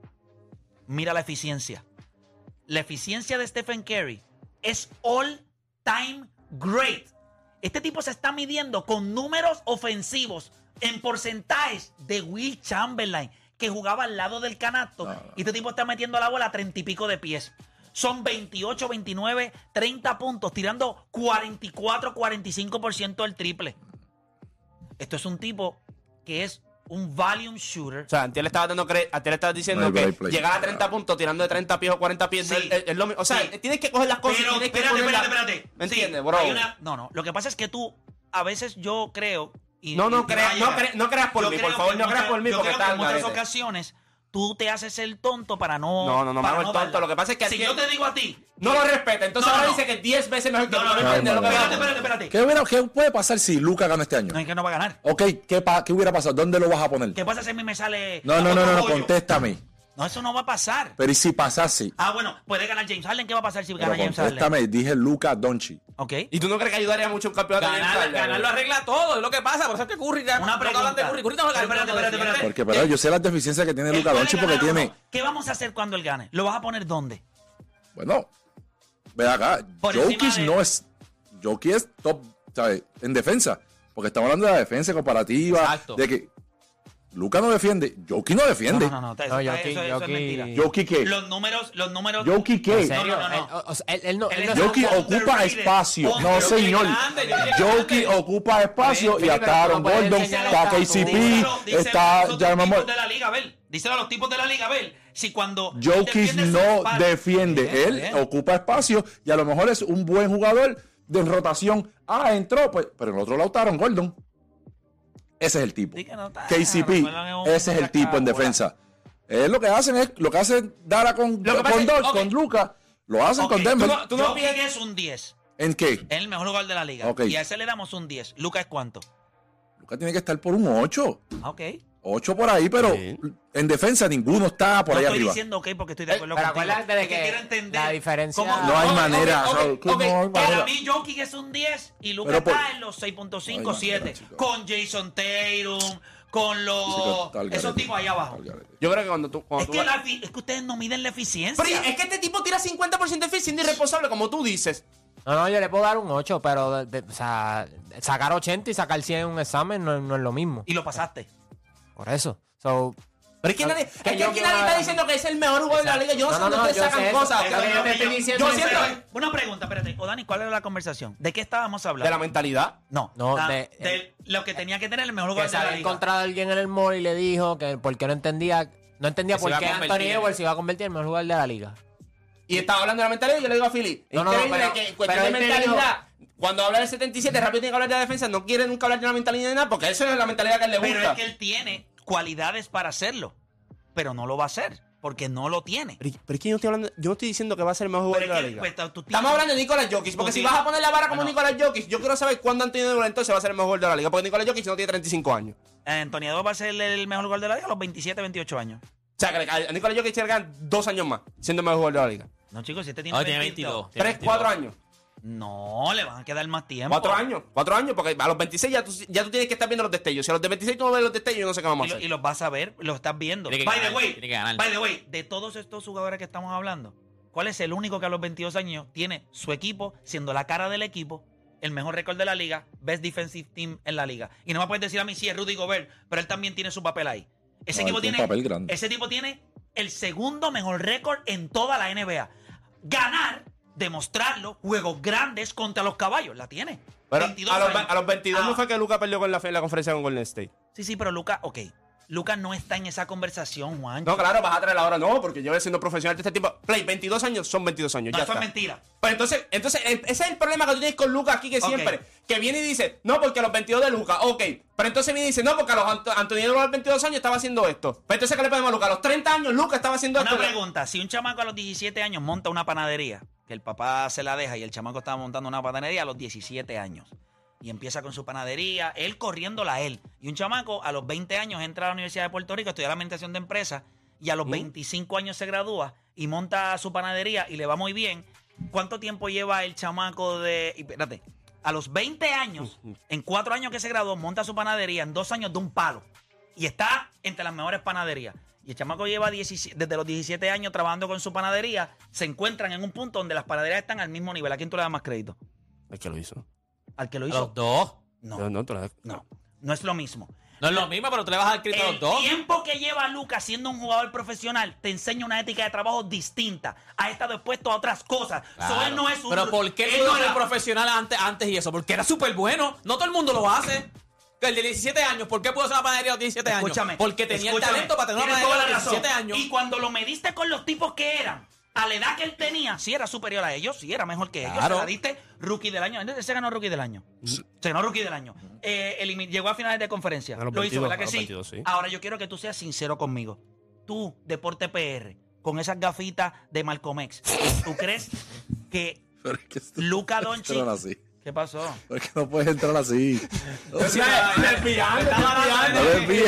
Mira la eficiencia. La eficiencia de Stephen Curry es all time great. Este tipo se está midiendo con números ofensivos en porcentajes de Will Chamberlain, que jugaba al lado del canasto.
No, no.
Y este tipo está metiendo la bola a treinta y pico de pies. Son veintiocho, veintinueve, treinta puntos, tirando cuarenta y cuatro, cuarenta y cinco por ciento del triple. Esto es un tipo que es un volume shooter.
O sea, antes le estaba dando cre- antes le estabas diciendo
No hay
que
break play.
llegar a treinta puntos tirando de treinta pies o cuarenta pies
Sí.
es, es- es lo mismo. O sea,
Sí.
tienes que coger las cosas y
Pero,
tienes que
espérate,
ponerlas-
espérate, espérate.
¿Me
Sí,
entiendes, bro?
hay una- no, no. Lo que pasa es que tú, a veces yo creo. Y,
No, no
y te
creas-
va a
no
llegar.
cre- no creas por
Yo
mí,
creo
por favor,
que
no
en
creas
muchas-
por mí,
yo
porque
creo que
está
en muchas
al garete.
ocasiones tú te haces el tonto para no.
No, no, no me
para
hago el tonto.
darla.
Lo que pasa es que
si
aquí-
yo te digo a ti.
No lo respeta. Entonces
No,
ahora
no.
dice que diez veces mejor que
No,
tú.
no,
No,
no,
entiendes
no,
lo que
no,
Espérate,
vamos.
espérate, espérate.
¿Qué, hubiera- qué puede pasar si Luka gana este año?
No es que no va a ganar.
Ok, ¿qué, pa- ¿qué hubiera pasado? ¿Dónde lo vas a poner?
¿Qué pasa si a mí me sale.
No, no, no, no, no,
pollo?
contéstame.
No, eso no va a pasar.
Pero ¿y si pasase?
Ah, bueno, puede ganar James Harden. ¿Qué va a pasar si
Pero
gana James Harden?
contéstame, dije Luka Doncic.
Ok.
¿Y tú no crees que ayudaría mucho un campeonato? de
Ganar,
James Harden?
ganar lo arregla todo, es lo que pasa. Por eso es que Curry ya.
Una
no hablan de
pregunta.
Curry. Curry no juega
Pero espérate,
el
espérate, espérate.
Porque, pero yo sé las deficiencias que tiene
Él
Luka
puede
Doncic porque
ganar o
tiene...
no. ¿Qué vamos a hacer cuando él gane? ¿Lo vas a poner dónde?
Bueno, ve acá,
Por
Jokic
encima de-
no es... Jokic es top, ¿sabes? En defensa. Porque estamos hablando de la defensa comparativa.
Exacto.
De que Luka no defiende. Jokic no defiende.
No, no, no. Eso,
No,
eso-
Jokic-
eso- eso es
Jokic-
mentira.
Jokic qué?
Los números, los números.
Jokic qué?
¿En serio?
No, no, no, no.
Él, o- o sea, él- él no-
Él
él no
es
es
Jokic
un-
ocupa
underrated.
espacio.
Hombre,
No,
Jokic
señor.
grande, Jokic
Jokic
grande.
ocupa espacio y
Felipe,
está
pero
Aaron
tú no puedes
Gordon,
enseñar
está
estatus.
K C P,
Díselo- díselo a
está
los otros
Jamal
tipos de la liga, a ver. Díselo a los tipos de la liga, a ver. Si cuando. él
Jokic
defiende su
no
espalda-
defiende,
Bien,
él
bien.
ocupa espacio y a lo mejor es un buen jugador de rotación. Ah, entró, pues, pero en el otro lado está Aaron Gordon. Ese es el tipo.
Sí que no está.
K C P,
Recuerdan, es un
ese es el tipo en
sacabola.
defensa. Es lo que hacen es lo que hacen Dara con,
Lo que pasa
con
es-
Dort,
ok.
con Luka, lo hacen
Ok,
con Denver.
tú no- tú no
Jokic
piensas-
es un diez.
¿En qué?
Es el mejor jugador de la liga.
Ok.
Y a ese le damos un diez. Luca es cuánto.
Luka tiene que estar por un ocho.
Ah, ok.
ocho por ahí, pero
Sí.
en defensa ninguno está por
no
ahí
estoy
arriba.
diciendo ok porque estoy de
Eh,
acuerdo
pero
contigo.
acuérdate de
Es que
que
quiero entender
la diferencia-
cómo-
No hay
Ok,
manera.
ok,
o sea,
ok,
que no hay
ok.
manera.
Para mí, Jokic es un diez y Luka
Pero por-
está en los seis punto cinco,
Ay,
siete.
manera, chico.
Con Jason Tatum, con los.
Chico, está al
esos
garete,
tipos ahí abajo.
está al garete.
Yo creo que cuando tú. Cuando
Es
tú
que,
vas-
la efi- es que ustedes no miden la eficiencia.
Pero es que este tipo tira cincuenta por ciento de eficiencia irresponsable, como tú dices.
No, no, yo le puedo dar un ocho, pero de- de- o sea, sacar ochenta y sacar cien en un examen no, no es lo mismo.
Y lo pasaste.
Por eso. So,
Pero es que
No,
nadie,
que
es que
yo
aquí
quiero-
nadie está diciendo que es el mejor jugador de la liga. Yo no, sé
No, no,
dónde
no,
ustedes
yo
sacan
sé eso.
cosas.
Eso es lo que te estoy diciendo.
Yo
Yo
siento
Pero, una pregunta, espérate. O Dani, ¿cuál era la conversación? ¿De qué estábamos hablando?
de la mentalidad.
No,
No,
ah,
de-
lo que tenía que tener el mejor
que
jugador
se
de la
había
liga.
encontrado a alguien en el mall y le dijo que porque no entendía No entendía
Que se
por
iba a
qué
convertir
Anthony
en-
Edwards se iba a convertir en el mejor jugador de la liga.
Y estaba hablando de la mentalidad y yo le digo a Philly,
No, no, no,
increíble
pero-
que en cuestión
pero
de
él te
mentalidad, cuando habla del setenta y siete, rápido tiene que hablar de la defensa, no quiere nunca hablar de la mentalidad de nada, porque eso es la mentalidad que a él le
Pero
gusta.
es que él tiene cualidades para hacerlo. Pero no lo va a hacer. Porque no lo tiene.
Pero, pero es que yo no estoy hablando, yo no estoy diciendo que va a ser el mejor jugador
Pero
de
es
la
que,
liga.
pues, tú tienes-
Estamos hablando de Nicolás Jokic, porque
tú
si
tienes-
vas a poner la vara como
No.
Nicolás Jokic, yo quiero saber cuándo Anthony Edwards entonces va a ser el mejor jugador de la liga, porque Nicolás Jokic no tiene treinta y cinco años.
Anthony Edwards va a ser el mejor jugador de la liga a los veintisiete, veintiocho años.
O sea, que a Nicolás Jokic le ganan dos años más siendo el mejor jugador de la liga.
No, chicos, si este tiene
No, tiene
veintidós.
veintidós. tiene
Tres, cuatro
veintidós.
años.
No, le van a quedar más tiempo.
Cuatro años. Cuatro años, porque a los veintiséis ya tú, ya tú tienes que estar viendo los destellos. Si a los de veintiséis tú no ves los destellos, yo no sé qué vamos
Y,
a
lo-
hacer.
y los vas a ver, los estás viendo.
Tiene que
By
ganar,
the way,
tiene que ganar.
by the way, de todos estos jugadores que estamos hablando, ¿cuál es el único que a los veintidós años tiene su equipo, siendo la cara del equipo, el mejor récord de la liga, best defensive team en la liga? Y no me puedes decir a mí si es Rudy Gobert, pero él también tiene su papel ahí. Ese
No,
equipo
él tiene
tiene,
un papel grande.
ese tipo tiene el segundo mejor récord en toda la N B A. Ganar, demostrarlo, juegos grandes contra los caballos, la tiene.
Pero
veintidós
a los,
años.
a los veintidós
Ah.
no fue que Luka perdió con la, en la conferencia con Golden State.
Sí, sí, pero Luca, ok. Luca no está en esa conversación, Juan.
No, claro, vas a traer ahora. No, porque yo siendo profesional de este tipo. Play, veintidós años son veintidós años.
No,
ya
eso es
está.
mentira.
Pues entonces, entonces el- ese es el problema que tú tienes con Luka aquí, que
Ok.
siempre, que viene y dice, no, porque a los veintidós de Luka, ok. Pero entonces viene y dice, no, porque a los Ant Anthony Edwards a los veintidós años estaba haciendo esto. Pero entonces, ¿qué le podemos a Luka? A los treinta años, Luka estaba haciendo
Una
esto.
pregunta, si un chamaco a los diecisiete años monta una panadería, que el papá se la deja y el chamaco estaba montando una panadería a los diecisiete años, y empieza con su panadería, él corriéndola a él, y un chamaco a los veinte años entra a la Universidad de Puerto Rico a estudiar administración de empresas, y a los veinticinco años se gradúa y monta su panadería y le va muy bien, ¿cuánto tiempo lleva el chamaco de... y espérate, a los veinte años, en cuatro años que se graduó, monta su panadería, en dos años de un palo, y está entre las mejores panaderías? Y el chamaco lleva diecisiete desde los diecisiete años trabajando con su panadería, se encuentran en un punto donde las panaderías están al mismo nivel. ¿A quién tú le das más crédito?
Es que lo hizo.
¿Al que lo
A
hizo?
los dos.
No,
No,
no,
no, tú la-
no, es lo mismo.
No es lo mismo, pero tú le vas a dar crédito a
El
los dos.
tiempo que lleva Lucas siendo un jugador profesional te enseña una ética de trabajo distinta. Ha estado expuesto a otras cosas. So,
Claro.
él no es un...
Pero ¿por qué
él
él no
no
era
era-
profesional antes, antes y eso? Porque era súper bueno. No todo el mundo lo hace. El de diecisiete años, ¿por qué pudo hacer una panadería a los diecisiete años?
Escúchame.
Porque tenía
escúchame,
el talento para tener una
tienes
panadería a
toda
los
la razón.
diecisiete años.
Y cuando lo mediste con los tipos que eran, a la edad que él tenía, sí era superior a ellos, sí era mejor que ellos.
Claro.
Se la diste rookie del año. Él se ganó rookie del año. Se ganó rookie del año. Eh, elimi- llegó a finales de conferencia.
A los
Lo hizo,
veintidós,
¿verdad
a
que
los
sí?
veintidós, sí.
Ahora yo quiero que tú seas sincero conmigo. Tú, Deporte P R, con esas gafitas de Malcolm X, ¿tú crees que
Pero es que esto-
Luka
entrar
Doncic...
así.
¿Qué pasó?
Porque no puedes entrar así.
Le desviando,
No desvíes.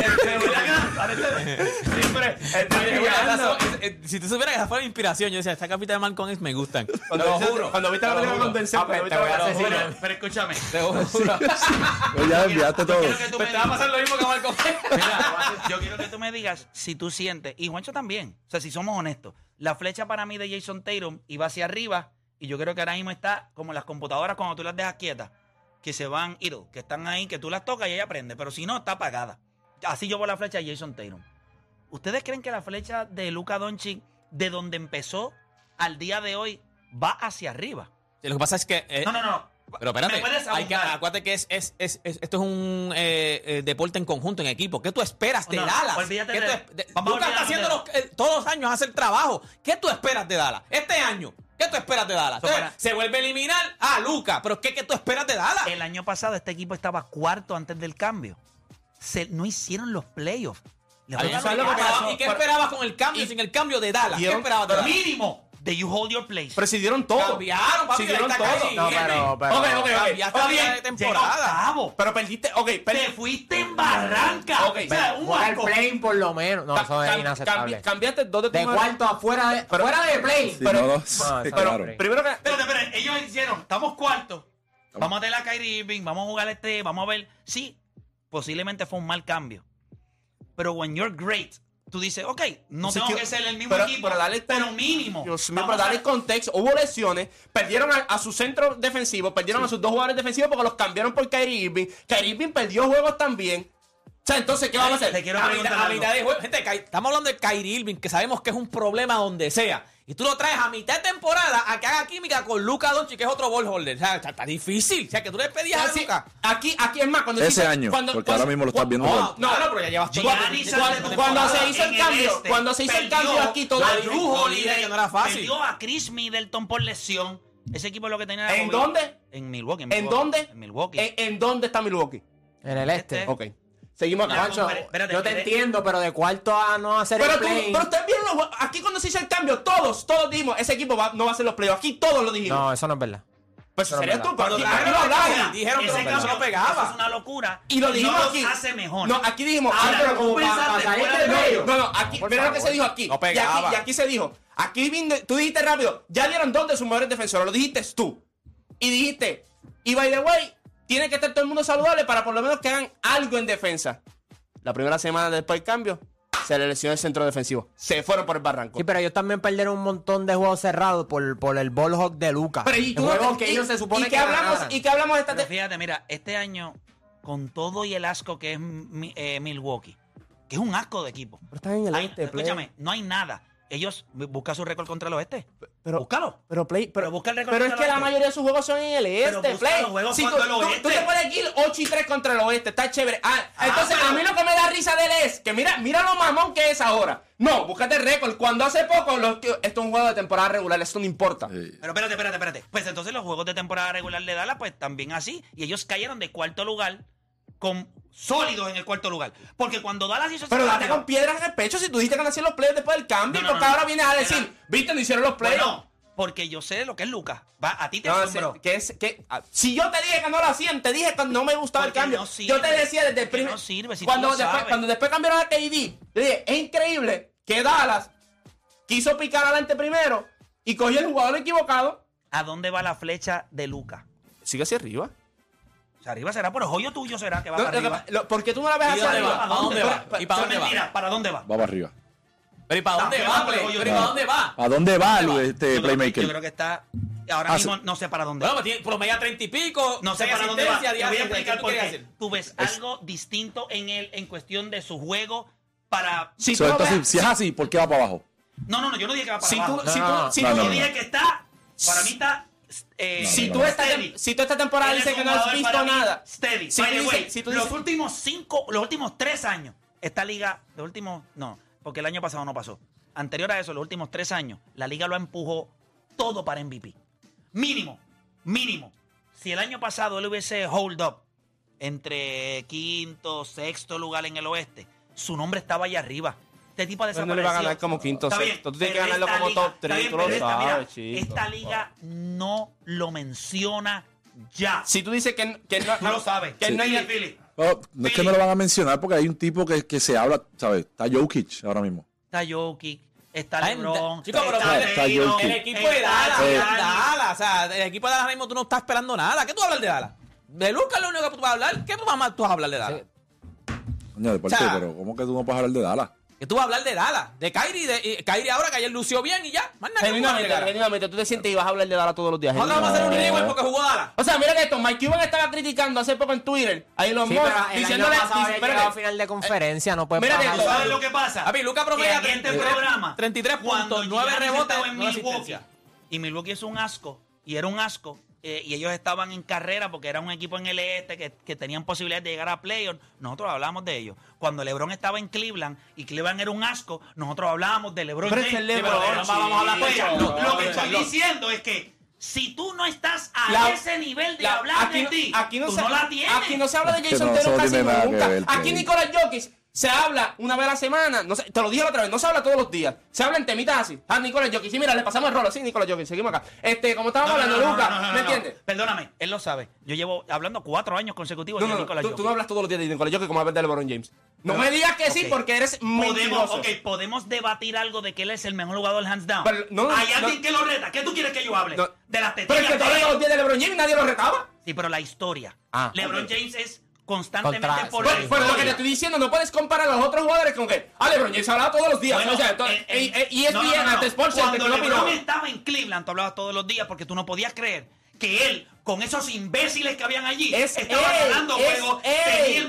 Siempre está
Oye,
desviando.
esas son- eh, Si tú supieras que esa fue la inspiración, yo decía, esta capita de Malcolm X me gustan.
Cuando
Te lo
viste-
juro.
Cuando viste la
Te lo
película
juro.
con Denzel,
Ah,
cuando
pues,
viste
te voy a
la película-
asesinar.
Pero, pero escúchame.
Te lo juro.
Pues ya enviaste todo.
Quiero que tú
Pues
me
te va a
digas-
pasar lo mismo que a Malcolm X.
Mira, yo quiero que tú me digas si tú sientes, y Juancho también, o sea, si somos honestos, la flecha para mí de Jason Tatum iba hacia arriba y yo creo que ahora mismo está como las computadoras cuando tú las dejas quietas, que se van, idle, que están ahí, que tú las tocas y ella prende, pero si no, está apagada. Así yo veo la flecha de Jason Tatum. ¿Ustedes creen que la flecha de Luka Doncic, de donde empezó al día de hoy, va hacia arriba?
Lo que pasa es que... eh,
No, no, no.
Pero espérate,
¿Me puedes
hay que,
abundar?
acuérdate que es, es, es, es- esto es un eh, eh, deporte en conjunto, en equipo. ¿Qué tú esperas de
No, no,
Dallas?
olvídate
¿Qué
de-
tú es- de-
vamos a
Lucas está haciendo
olvidarnos
los- eh, todos los años hace el trabajo. ¿Qué tú esperas de Dallas? Este año, ¿qué tú esperas de Dallas?
So,
Entonces,
para-
se vuelve a eliminar a Lucas, pero ¿qué, ¿qué tú esperas de Dallas?
El año pasado este equipo estaba cuarto antes del cambio. Se, no hicieron los playoffs. Le
Ay,
voy a
¿sabes lo que
dar-
pasó? ¿Y qué
Pero-
esperabas con el cambio
y-
sin el cambio de Dallas? ¿Qué
dieron-
esperabas de Dallas?
mínimo de you hold your place.
Pero si dieron todo.
Cambiaron, papi,
Si dieron
ahí está
todo.
Kyrie
No,
Irving.
pero, pero
Ok, ok, ok.
Cambiaste
Está
la
bien.
de
Llega
temporada.
octavo.
Pero perdiste, ok,
Te
perdiste.
fuiste en barranca.
Ok,
o sea, un
juega el
barco.
play por lo menos. No,
Ca-
eso es
cam-
inaceptable.
cambi- Cambiaste dos de tus
De
mejores-
cuarto afuera de,
Pero-
fuera de play.
Sí,
pero-
no, no,
Ah,
sí,
está
claro.
bien.
Primero que.
Espérate, espérate. Ellos hicieron, estamos cuartos. Vamos a tener a Kyrie Irving, vamos a jugar este, vamos a ver. Sí, posiblemente fue un mal cambio. Pero when you're great, tú dices, ok, no
Sí,
tengo
que-
que ser el mismo
pero-
equipo,
pero dale-
pero mínimo.
Dios mío,
Vamos
pero dale
a-
contexto. Hubo lesiones, perdieron a, a su centro defensivo, perdieron a sus dos jugadores defensivos porque los cambiaron por Kyrie Irving. Kyrie Irving perdió juegos también. sea, entonces, ¿qué vamos a hacer?
Te quiero
A
preguntar
mitad, a
algo.
mitad de juego. Gente, Kai- estamos hablando de Kyrie Irving, que sabemos que es un problema donde sea. Y tú lo traes a mitad de temporada a que haga química con Luka Doncic, que es otro ball holder. O sea, está, está difícil. O sea, que tú le pedías a
Así,
Luka.
aquí, aquí es más, cuando
Ese
hiciste-
año,
cuando-
porque
cuando-
ahora mismo lo estás viendo
No,
igual.
no,
No, pero ya llevas todo.
Giannis
Cuando-
hace
cuando
temporada
se hizo el
en
cambio,
este,
cuando se hizo el
perdió
cambio aquí, todo-
a
Drew
Drew
Holiday,
Holiday,
que no era fácil.
perdió a Chris Middleton por lesión. Ese equipo es lo que tenía.
¿En
COVID.
dónde?
En Milwaukee.
¿En
Milwaukee,
dónde?
En Milwaukee.
¿En, en dónde está Milwaukee?
En el este.
Este.
Ok. Seguimos acá.
La
Juancho,
compare- espérate,
yo te
espérate.
entiendo, pero de cuarto a no hacer
Pero,
el
tú,
play.
pero ustedes vieron los- aquí cuando se hizo el cambio, todos, todos dijimos, ese equipo va- no va a hacer los playoffs. Aquí todos lo dijimos.
No, eso no es verdad.
pues
eso no es
serías
verdad.
tú, pero aquí,
Cuando
aquí lo
trajeron a
hablamos.
Kyrie, dijeron que
Ese
no-
cambio
eso no pegaba.
Eso es una locura.
Y lo dijimos
no
aquí.
Los hace mejor.
No, aquí dijimos.
Ahora,
ah, pero
tú
como pa-
pensaste
pa- salir
fuera
del
de
medio.
medio.
No, no, aquí,
por
mira lo que
favor.
se dijo aquí.
No
y,
pegaba.
aquí y aquí se dijo. Aquí vine- tú dijiste rápido, ya dieron dos de sus mejores defensores, lo dijiste tú. Y dijiste, y by the way, tiene que estar todo el mundo saludable para por lo menos que hagan algo en defensa. La primera semana después del cambio, se le lesionó el centro defensivo. Se fueron por el barranco.
Sí, pero ellos también perdieron un montón de juegos cerrados por, por el ball hawk de Luka.
Pero y
El
tú no
juego
te-
que
y-
ellos se supone
y
que
que hablamos
ganaran.
y que hablamos de esta
Pero
te-
fíjate, mira, este año, con todo y el asco que es mi- eh, Milwaukee, que es un asco de equipo.
Pero están en el
Hay-
este, play.
escúchame, no hay nada. Ellos buscan su récord contra el oeste.
Pero-
Búscalo.
Pero Play, pero,
Pero busca el récord
pero es
contra
que
el
la
oeste.
mayoría de sus juegos son en el
Pero
este,
busca
Play.
los juegos
Si
contra
tú,
el
tú-
oeste.
tú te puedes ir ocho y tres contra el oeste, está chévere. Ah,
Ah,
entonces
pero-
a mí lo que me da risa de él es que mira, mira lo mamón que es ahora. No, búscate el récord. Cuando hace poco, los, esto es un juego de temporada regular, esto no importa.
Sí.
Pero espérate, espérate, espérate. Pues entonces los juegos de temporada regular de Dallas, pues también así. Y ellos cayeron de cuarto lugar con sólidos en el cuarto lugar. Porque cuando Dallas hizo ese
Pero date
cambio-
con piedras en el pecho si tú dijiste que no hacían los playoffs después del cambio.
No, no,
porque
no,
ahora
no.
vienes a decir,
Era-
viste, no hicieron los playoffs.
Bueno, porque yo sé lo que es Lucas. Va, a ti te
No,
asombró.
sí, que es, que, ah, si yo te dije que no lo hacían, te dije que no me gustaba
Porque
el cambio.
no sirve,
yo te decía desde el
porque
primer.
no sirve, si tú
cuando,
lo
después,
sabes.
cuando después cambiaron a K D, te dije, es increíble que Dallas quiso picar adelante primero y cogió el jugador equivocado.
¿A dónde va la flecha de Lucas?
Sigue hacia arriba.
O sea, arriba será por el joyo tuyo, será que va
No,
para
lo que-
arriba.
lo- ¿Por qué tú no la ves
¿Y
hacia
dónde
arriba?
va? ¿A dónde va? ¿Y para
Eso es
dónde va?
mentira, ¿para dónde va?
Va para arriba.
Pero ¿y para dónde
También
va,
va por el
Play?
hoyo
Pero ¿y
tuyo.
para dónde va?
¿A dónde va
¿Dónde va?
este
Yo creo que-
playmaker?
Yo creo que está. Ahora
Ah,
mismo
sí.
no sé para dónde
Bueno,
va.
pues tiene promedia treinta y pico.
No sé
seis
para dónde va.
asistencias,
Te voy a
diez
explicar
asistencias,
por
¿qué
qué.
quieres hacer?
Tú ves
Es-
algo distinto en él en cuestión de su juego para.
Si tú
So,
lo
entonces,
ves-
si es así, ¿por qué va para abajo?
No, no, no, yo no dije que va para
si tú,
abajo.
si tú,
No,
si
no,
tú-
no,
Yo
no.
dije que está. Para mí está. eh,
si
no,
tú
no.
esta,
steady.
si tú esta temporada
Él es
dices que
un
no has
jugador
visto
para mí
nada.
Steady.
Si
By
tú
the
dices-
way,
si tú
los
dices-
últimos cinco, los últimos tres años, esta liga, los últimos, no, porque el año pasado no pasó. Anterior a eso, los últimos tres años, la liga lo empujó todo para M V P. Mínimo, mínimo. Si el año pasado él hubiese hold up entre quinto, sexto lugar en el oeste, su nombre estaba allá arriba. Este tipo
Pero
desapareció.
no le va a ganar como quinto,
Está bien,
sexto. Tú tienes
pero
que ganarlo
esta
como
liga-
top
está
tres,
bien,
tú lo
pero esta, mira,
sabes, chico.
esta liga no lo menciona ya.
Si tú dices que, que no,
No lo sabe.
que no hay
Philly, Philly.
Oh, no es que no lo van a mencionar porque hay un tipo que, que se habla, ¿sabes? Está Jokic ahora mismo.
Está Jokic, está
Ay,
LeBron,
chico, pero
está
está
Taylor,
Jokic.
El equipo de
está
Dallas,
Eh.
Giannis.
Dallas, o sea, el equipo de Dallas ahora mismo tú no estás esperando nada. ¿Qué tú vas a hablar de Dallas? De Lucas es lo único que tú vas a hablar. ¿Qué más tú vas a hablar de Dallas?
Coño, de parte,
O sea,
pero ¿cómo que tú no puedes hablar de Dallas?
Que tú vas a hablar de Dallas, de Kyrie, de y Kyrie ahora que ayer lució bien y ya. Más nada que tú vas a hablar de
Genuinamente,
Dallas.
genuinamente, tú te sientes y vas a hablar de Dallas todos los días.
Ahora vamos a hacer un
genuinamente.
rewind porque jugó Dallas.
O sea, mira que esto, Mike Cuban estaba criticando hace poco en Twitter a Elon
Sí,
Musk,
pero el
diciéndole,
año pasado
dice-
había
espérate,
llegado a final de conferencia, no puede
mira que
bajar.
tú
¿Sabes lo que pasa?
Papi, Luka
Que
promedia
aquí en este
treinta y tres
programa,
treinta y tres
cuando
puntos, nueve
Giannis
rebotes,
estaba en
nueve
Milwaukee,
asistencias.
y Milwaukee es un asco, y era un asco, eh, y ellos estaban en carrera porque era un equipo en el este que, que tenían posibilidad de llegar a playoffs. Nosotros hablábamos de ellos. Cuando LeBron estaba en Cleveland y Cleveland era un asco, nosotros hablábamos de LeBron.
Pero es
James.
el LeBron,
Sí, pero
sí.
vamos a hablar de
Sí,
eso.
no,
Lo, lo que
no,
estoy
no.
diciendo es que si tú no estás a
La-
ese nivel de
La-
hablar
aquí,
de
no-
ti,
aquí no
tú
se,
no la tienes.
aquí no se habla de
Que
Jason
no,
Taylor
eso no
casi
tiene nada que
nunca.
ver,
Aquí
Play.
Nicolás Jokic se habla una vez a la semana, no sé, te lo dije la otra vez, no se habla todos los días, se habla en temitas así. Ah, Nicolás Jokic, sí, mira, le pasamos el rol así, Nicolás Jokic, seguimos acá. Este, como estábamos
No, no,
hablando,
no, no,
Lucas,
no, no, no,
¿me
no.
entiendes?
Perdóname, él lo sabe. Yo llevo hablando cuatro años consecutivos
No,
de
no, no,
Nicolás
tú, tú
Jokic.
no hablas todos los días de Nicolás Jokic como hablas de LeBron James. No
Pero-
me digas que sí
ok.
porque eres
Podemos,
mentiroso.
ok, podemos debatir algo de que él es el mejor jugador hands down.
Pero no,
Hay
no.
alguien que lo reta. ¿Qué tú quieres que yo hable?
No.
De las
Pero
tetillas
es que tú hablas
de
todos
él.
los días de LeBron James y nadie lo retaba.
Sí, pero la historia.
Ah,
LeBron
ok.
James es constantemente
Contra-
por
Pero,
la
pero lo que te
historia.
estoy diciendo, no puedes comparar a los otros jugadores con que, ah, LeBron James hablaba todos los días.
Bueno,
o sea, entonces,
en- en-
eh, eh, y es
no, no,
bien,
no, no.
ante Sports Center,
Cuando
que no
LeBron
opinaba.
estaba en Cleveland, tú hablabas todos los días porque tú no podías creer que él, con esos imbéciles que habían allí,
Es
estaba
él,
ganando
es
juegos.
él.
tenía el mejor-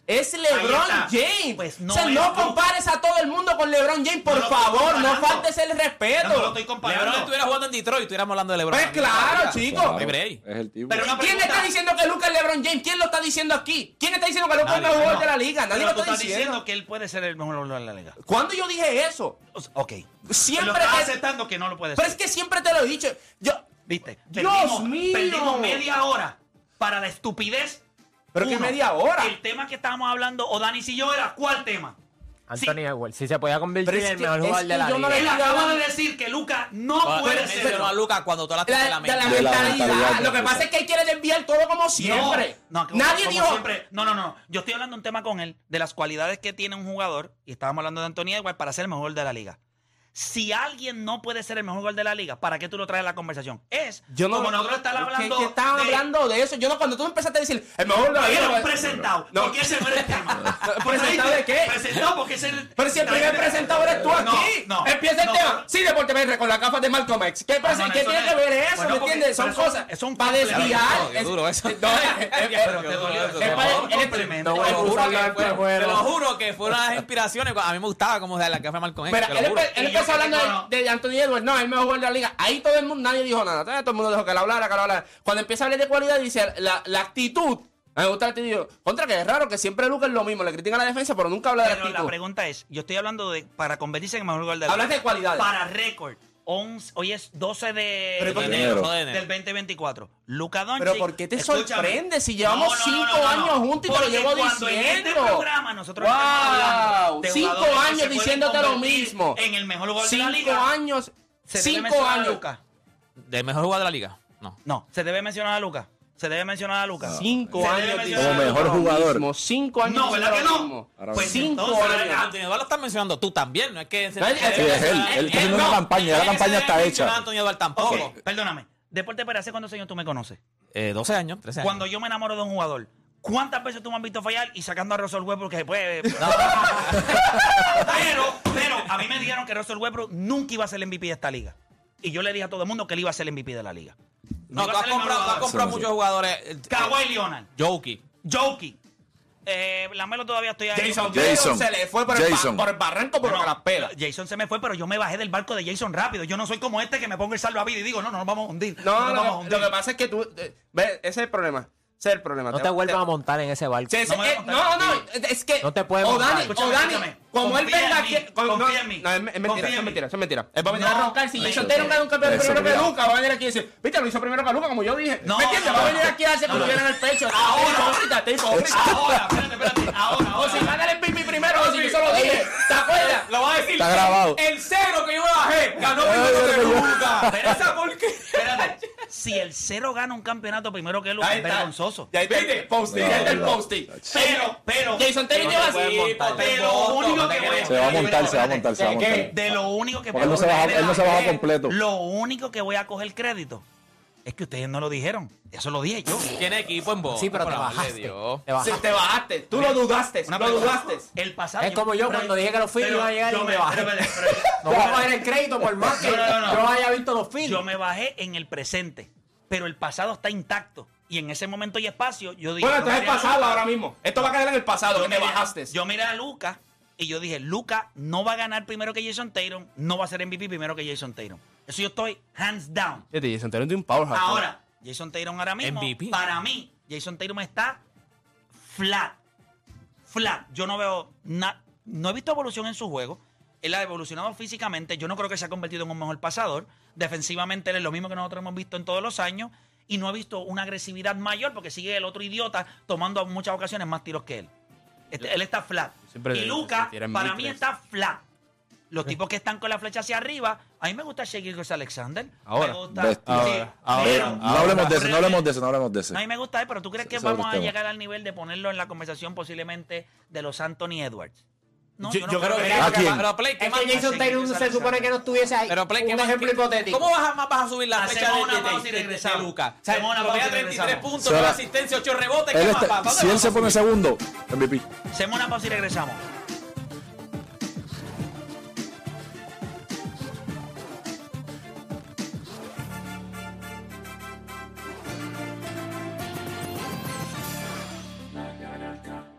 Es LeBron
está.
James.
Pues no
o sea,
es
no
Luka.
compares a todo el mundo con LeBron James, por
No lo estoy
favor, no
comparando.
faltes el respeto.
No, no lo estoy comparando.
LeBron estuviera jugando en Detroit y estuviéramos hablando de LeBron.
Pues claro, chicos.
No hay break.
Es el tipo.
Pero una
¿Quién
pregunta.
está diciendo que Luka es LeBron James? ¿Quién lo está diciendo aquí? ¿Quién está diciendo que Luka es el
Nadie,
mejor jugador
No.
de la liga? Nadie
Pero
lo
tú
está
estás
diciendo.
diciendo que él puede ser el mejor jugador de la liga.
¿Cuándo yo dije eso?
O sea, ok.
Siempre
Lo estás
que-
aceptando que no lo puede
Pero
ser.
es que siempre te lo he dicho. Yo,
¿Viste?
Dios
Perdimos-
mío.
Perdimos media hora para la estupidez.
Pero que
Uno,
media hora.
El tema que estábamos hablando, o Dani y yo, era ¿cuál tema?
Anthony Edwards, si se podía convertir
Pero es
en el
que-
mejor
es
jugador
que
de la
yo no
liga.
le-
Él acaba de decir que Luka no puede ser.
Mencionó a Luka cuando todas las
La,
de la
de la
mente.
De la
mentalidad.
mentalidad,
Lo que pasa es que él quiere desviar todo como siempre.
No, no, como-
Nadie
como
dijo.
siempre. No, no, no. Yo estoy hablando un tema con él de las cualidades que tiene un jugador, y estábamos hablando de Anthony Edwards para ser el mejor de la liga. Si alguien no puede ser el mejor jugador de la liga, ¿para qué tú lo traes a la conversación? Es
Yo no,
como nosotros estamos
que-
hablando
que estaban
de-
hablando de eso. Yo no, cuando tú empezaste a decir el mejor de la
Era un
liga.
presentado.
No.
¿Por qué ese no era el tema?
¿Presentado de qué?
Presentado porque ese era el-
Pero si el primer presentado eres tú aquí.
No, no,
Empieza el
no,
tema.
pero-
Sí, Deporte B R con las gafas de Malcolm X. ¿Qué, prese-
no, no,
¿qué
eso
tiene
no
que
es-
ver eso?
Bueno,
¿Me
porque-
entiendes? Son
pero eso-
cosas
eso es un
para
complemento.
desviar.
No, qué duro eso.
No, es- es-
Pero te dolió eso.
es para-
Es un
es-
complemento.
No voy a
es-
Te lo juro
usarlo
que
en
fue-
este juego.
Te lo juro que fueron las inspiraciones. A mí me gustaba como de la que fue Malcolm X.
Mira,
te lo
él,
juro.
empe- él
Y yo
empezó
que
hablando
tengo-
de, de Anthony Edwards, no, el mejor jugador de la liga. Ahí todo el mundo, nadie dijo nada. Todo el mundo dejó que él hablara, que él hablara. Cuando empieza a hablar de cualidad, dice la, la actitud. A mí me gusta la actitud. Contra que es raro que siempre Luka es lo mismo. Le critican la defensa, pero nunca habla de la
Pero la
actitud.
pregunta es, yo estoy hablando de para convertirse en el mejor jugador de la
Hablas
liga.
de cualidades.
Para récord. once Hoy es doce de,
Pero
de
¿por qué?
enero
No, de enero.
del veinte veinticuatro. Luka Doncic.
Pero ¿por qué te
escúchame.
sorprende si llevamos cinco años juntos y te lo
Porque
llevo
cuando en este
diciendo?
programa nosotros
Wow,
estamos hablando de
cinco
jugadores que
años
se pueden
diciéndote lo
convertir
mismo.
En el mejor jugador de la
Cinco
liga.
años.
¿Se debe
Cinco
mencionar a
años.
Luka?
¿Del mejor jugador de la liga? No.
No, se debe mencionar a Luka. Se debe mencionar a Luka.
Cinco
Se debe
años
mencionar
Como
a
mejor
Luka.
jugador.
Mismo, cinco años.
No, ¿verdad que
diciendo lo
no?
mismo.
Ahora
Pues
sí.
Cinco
entonces,
años.
Anthony Edwards lo estás mencionando tú también. No es que.
No, es-
Sí, es él. Él está haciendo una campaña. Ya la campaña está hecha.
Anthony Edwards tampoco.
Ok, perdóname. Deporte, pero ¿hace cuántos años tú me conoces?
Eh, doce años, trece años.
Cuando yo me enamoro de un jugador, ¿cuántas veces tú me has visto fallar y sacando a Russell Westbrook que pues... pero, pero, a mí me dijeron que Russell Westbrook nunca iba a ser el M V P de esta liga. Y yo le dije a todo el mundo que él iba a ser el M V P de la liga.
No,
iba
tú
a
has
ser el
comprado, tú has
mejor
comprado
Sí, sí.
muchos jugadores. eh,
Kawhi Leonard,
Jokic.
Jokic, eh, Lamelo todavía estoy ahí.
Jason,
Jason.
Jason se le fue por el,
Jason.
ba- por el barranco, pero
No,
con las pelas.
Jason se me fue, pero yo me bajé del barco de Jason rápido. Yo no soy como este que me pongo el salvavidas y digo, no, no nos vamos a hundir.
No,
nos
lo,
vamos a
que-
hundir.
lo que pasa es que tú. eh, ¿Ves? Ese es el problema. Ese es el problema.
No te vuelvas a montar en ese barco.
Sí, sí,
No me voy a
eh,
montar.
no, no, es que.
No te puedes
o
montar.
Dani,
Escúchame,
o Dani,
escúchame.
como él
Confía
venga
en mí,
aquí. con- no,
confía en mí.
no, es, es mentira,
Confía
eso
en
es
mí.
mentira, eso es mentira. Él va a venir a
No,
roncar. Si
me-
Jason Tatum gana un campeón
Eso
primero
es
que
verdad.
Luka, va a venir aquí y decir, viste, lo hizo primero que Luka, como yo dije.
No,
¿Me entiendes?
no,
Va a
no,
venir
no.
aquí a hacer
No, no.
en el pecho.
Ahora.
Te hipócrita, te hipócrita.
Ahora, espérate, espérate. Ahora,
O
ahora.
si gana el M V P primero, o si yo solo dije. ¿Te acuerdas?
Lo va a decir.
Está grabado.
El cero que yo bajé ganó primero que Luka. Pero esa por qué.
Espérate. Si el cero gana un campeonato primero que Luka,
Ahí
es
está.
vergonzoso.
Ya está el posting, ya está el posting.
Pero, pero.
Jason Tatum
No
lleva
te puedes
así.
montar.
De lo único que voy a
Se va a montar, se va a montar, se va a
¿Qué?
montar.
De lo único que
Porque él no se baja, él no se baja completo.
Lo único que voy a coger crédito es que ustedes no lo dijeron. Eso lo dije yo.
Tiene equipo en voz.
Sí, pero te
Por amor de
bajaste.
Dios.
Te
Sí,
bajaste.
te bajaste. Tú lo dudaste.
Una
Lo
pregunta.
dudaste.
El pasado.
Es como yo
pero-
cuando dije que los Phillies
pero
iban a llegar
yo
y me bajé.
pero- pero- pero-
No voy a coger el crédito por más que
No, no, no.
yo haya visto los Phillies.
Yo me bajé en el presente, pero el pasado está intacto. Y en ese momento y espacio, yo dije.
Bueno, esto
yo
es el
miré a
pasado
Luka,
ahora mismo. Esto va a quedar en el pasado,
yo
que te
miré-
bajaste.
Yo miré a Luka y yo dije, Luka no va a ganar primero que Jason Tatum, no va a ser M V P primero que Jason Tatum. Eso yo estoy hands down.
Este, Jason Tatum tiene un powerhouse.
Ahora, Jason Tatum ahora mismo,
M V P.
para mí, Jason Tatum está flat. Flat. Yo no veo nada. No he visto evolución en su juego. Él ha evolucionado físicamente. Yo no creo que se ha convertido en un mejor pasador. Defensivamente, él es lo mismo que nosotros hemos visto en todos los años. Y no he visto una agresividad mayor porque sigue el otro idiota tomando en muchas ocasiones más tiros que él. Este- él está flat.
siempre
Y
se
Luka,
tira en
para
mid
mí,
tres.
está flat. Los tipos que están con la flecha hacia arriba, a mí me gusta Shea Gilgeous Alexander.
Ahora.
Me gusta,
Bestia.
sí,
Ahora, ahora,
pero-
Eh, no hablemos de eso, no hablemos de eso, no hablemos de eso.
a mí me gusta, pero ¿tú crees que
Ese es
vamos
otro
a
tema.
llegar al nivel de ponerlo en la conversación posiblemente de los Anthony Edwards? No,
Yo, yo creo que.
¿A quién?
Pero Play, ¿qué
Es
más?
que Jason Tatum se supone que no estuviese ahí.
Pero Play, ¿qué
Un
más-
ejemplo
qué-
hipotético.
¿Cómo vas a, más vas a subir la
Hacemos
fecha de,
una
de,
pausa y
de, de, de
regresamos.
Luka? O sea,
Hacemos una
promedió
pausa y
treinta y tres
regresamos.
puntos,
Será-
nueve asistencias, ocho rebotes.
Él
¿Qué
está-
más? ¿Para dónde
si él
vas
se
a
pone
subir?
segundo, M V P.
Hacemos una pausa y regresamos.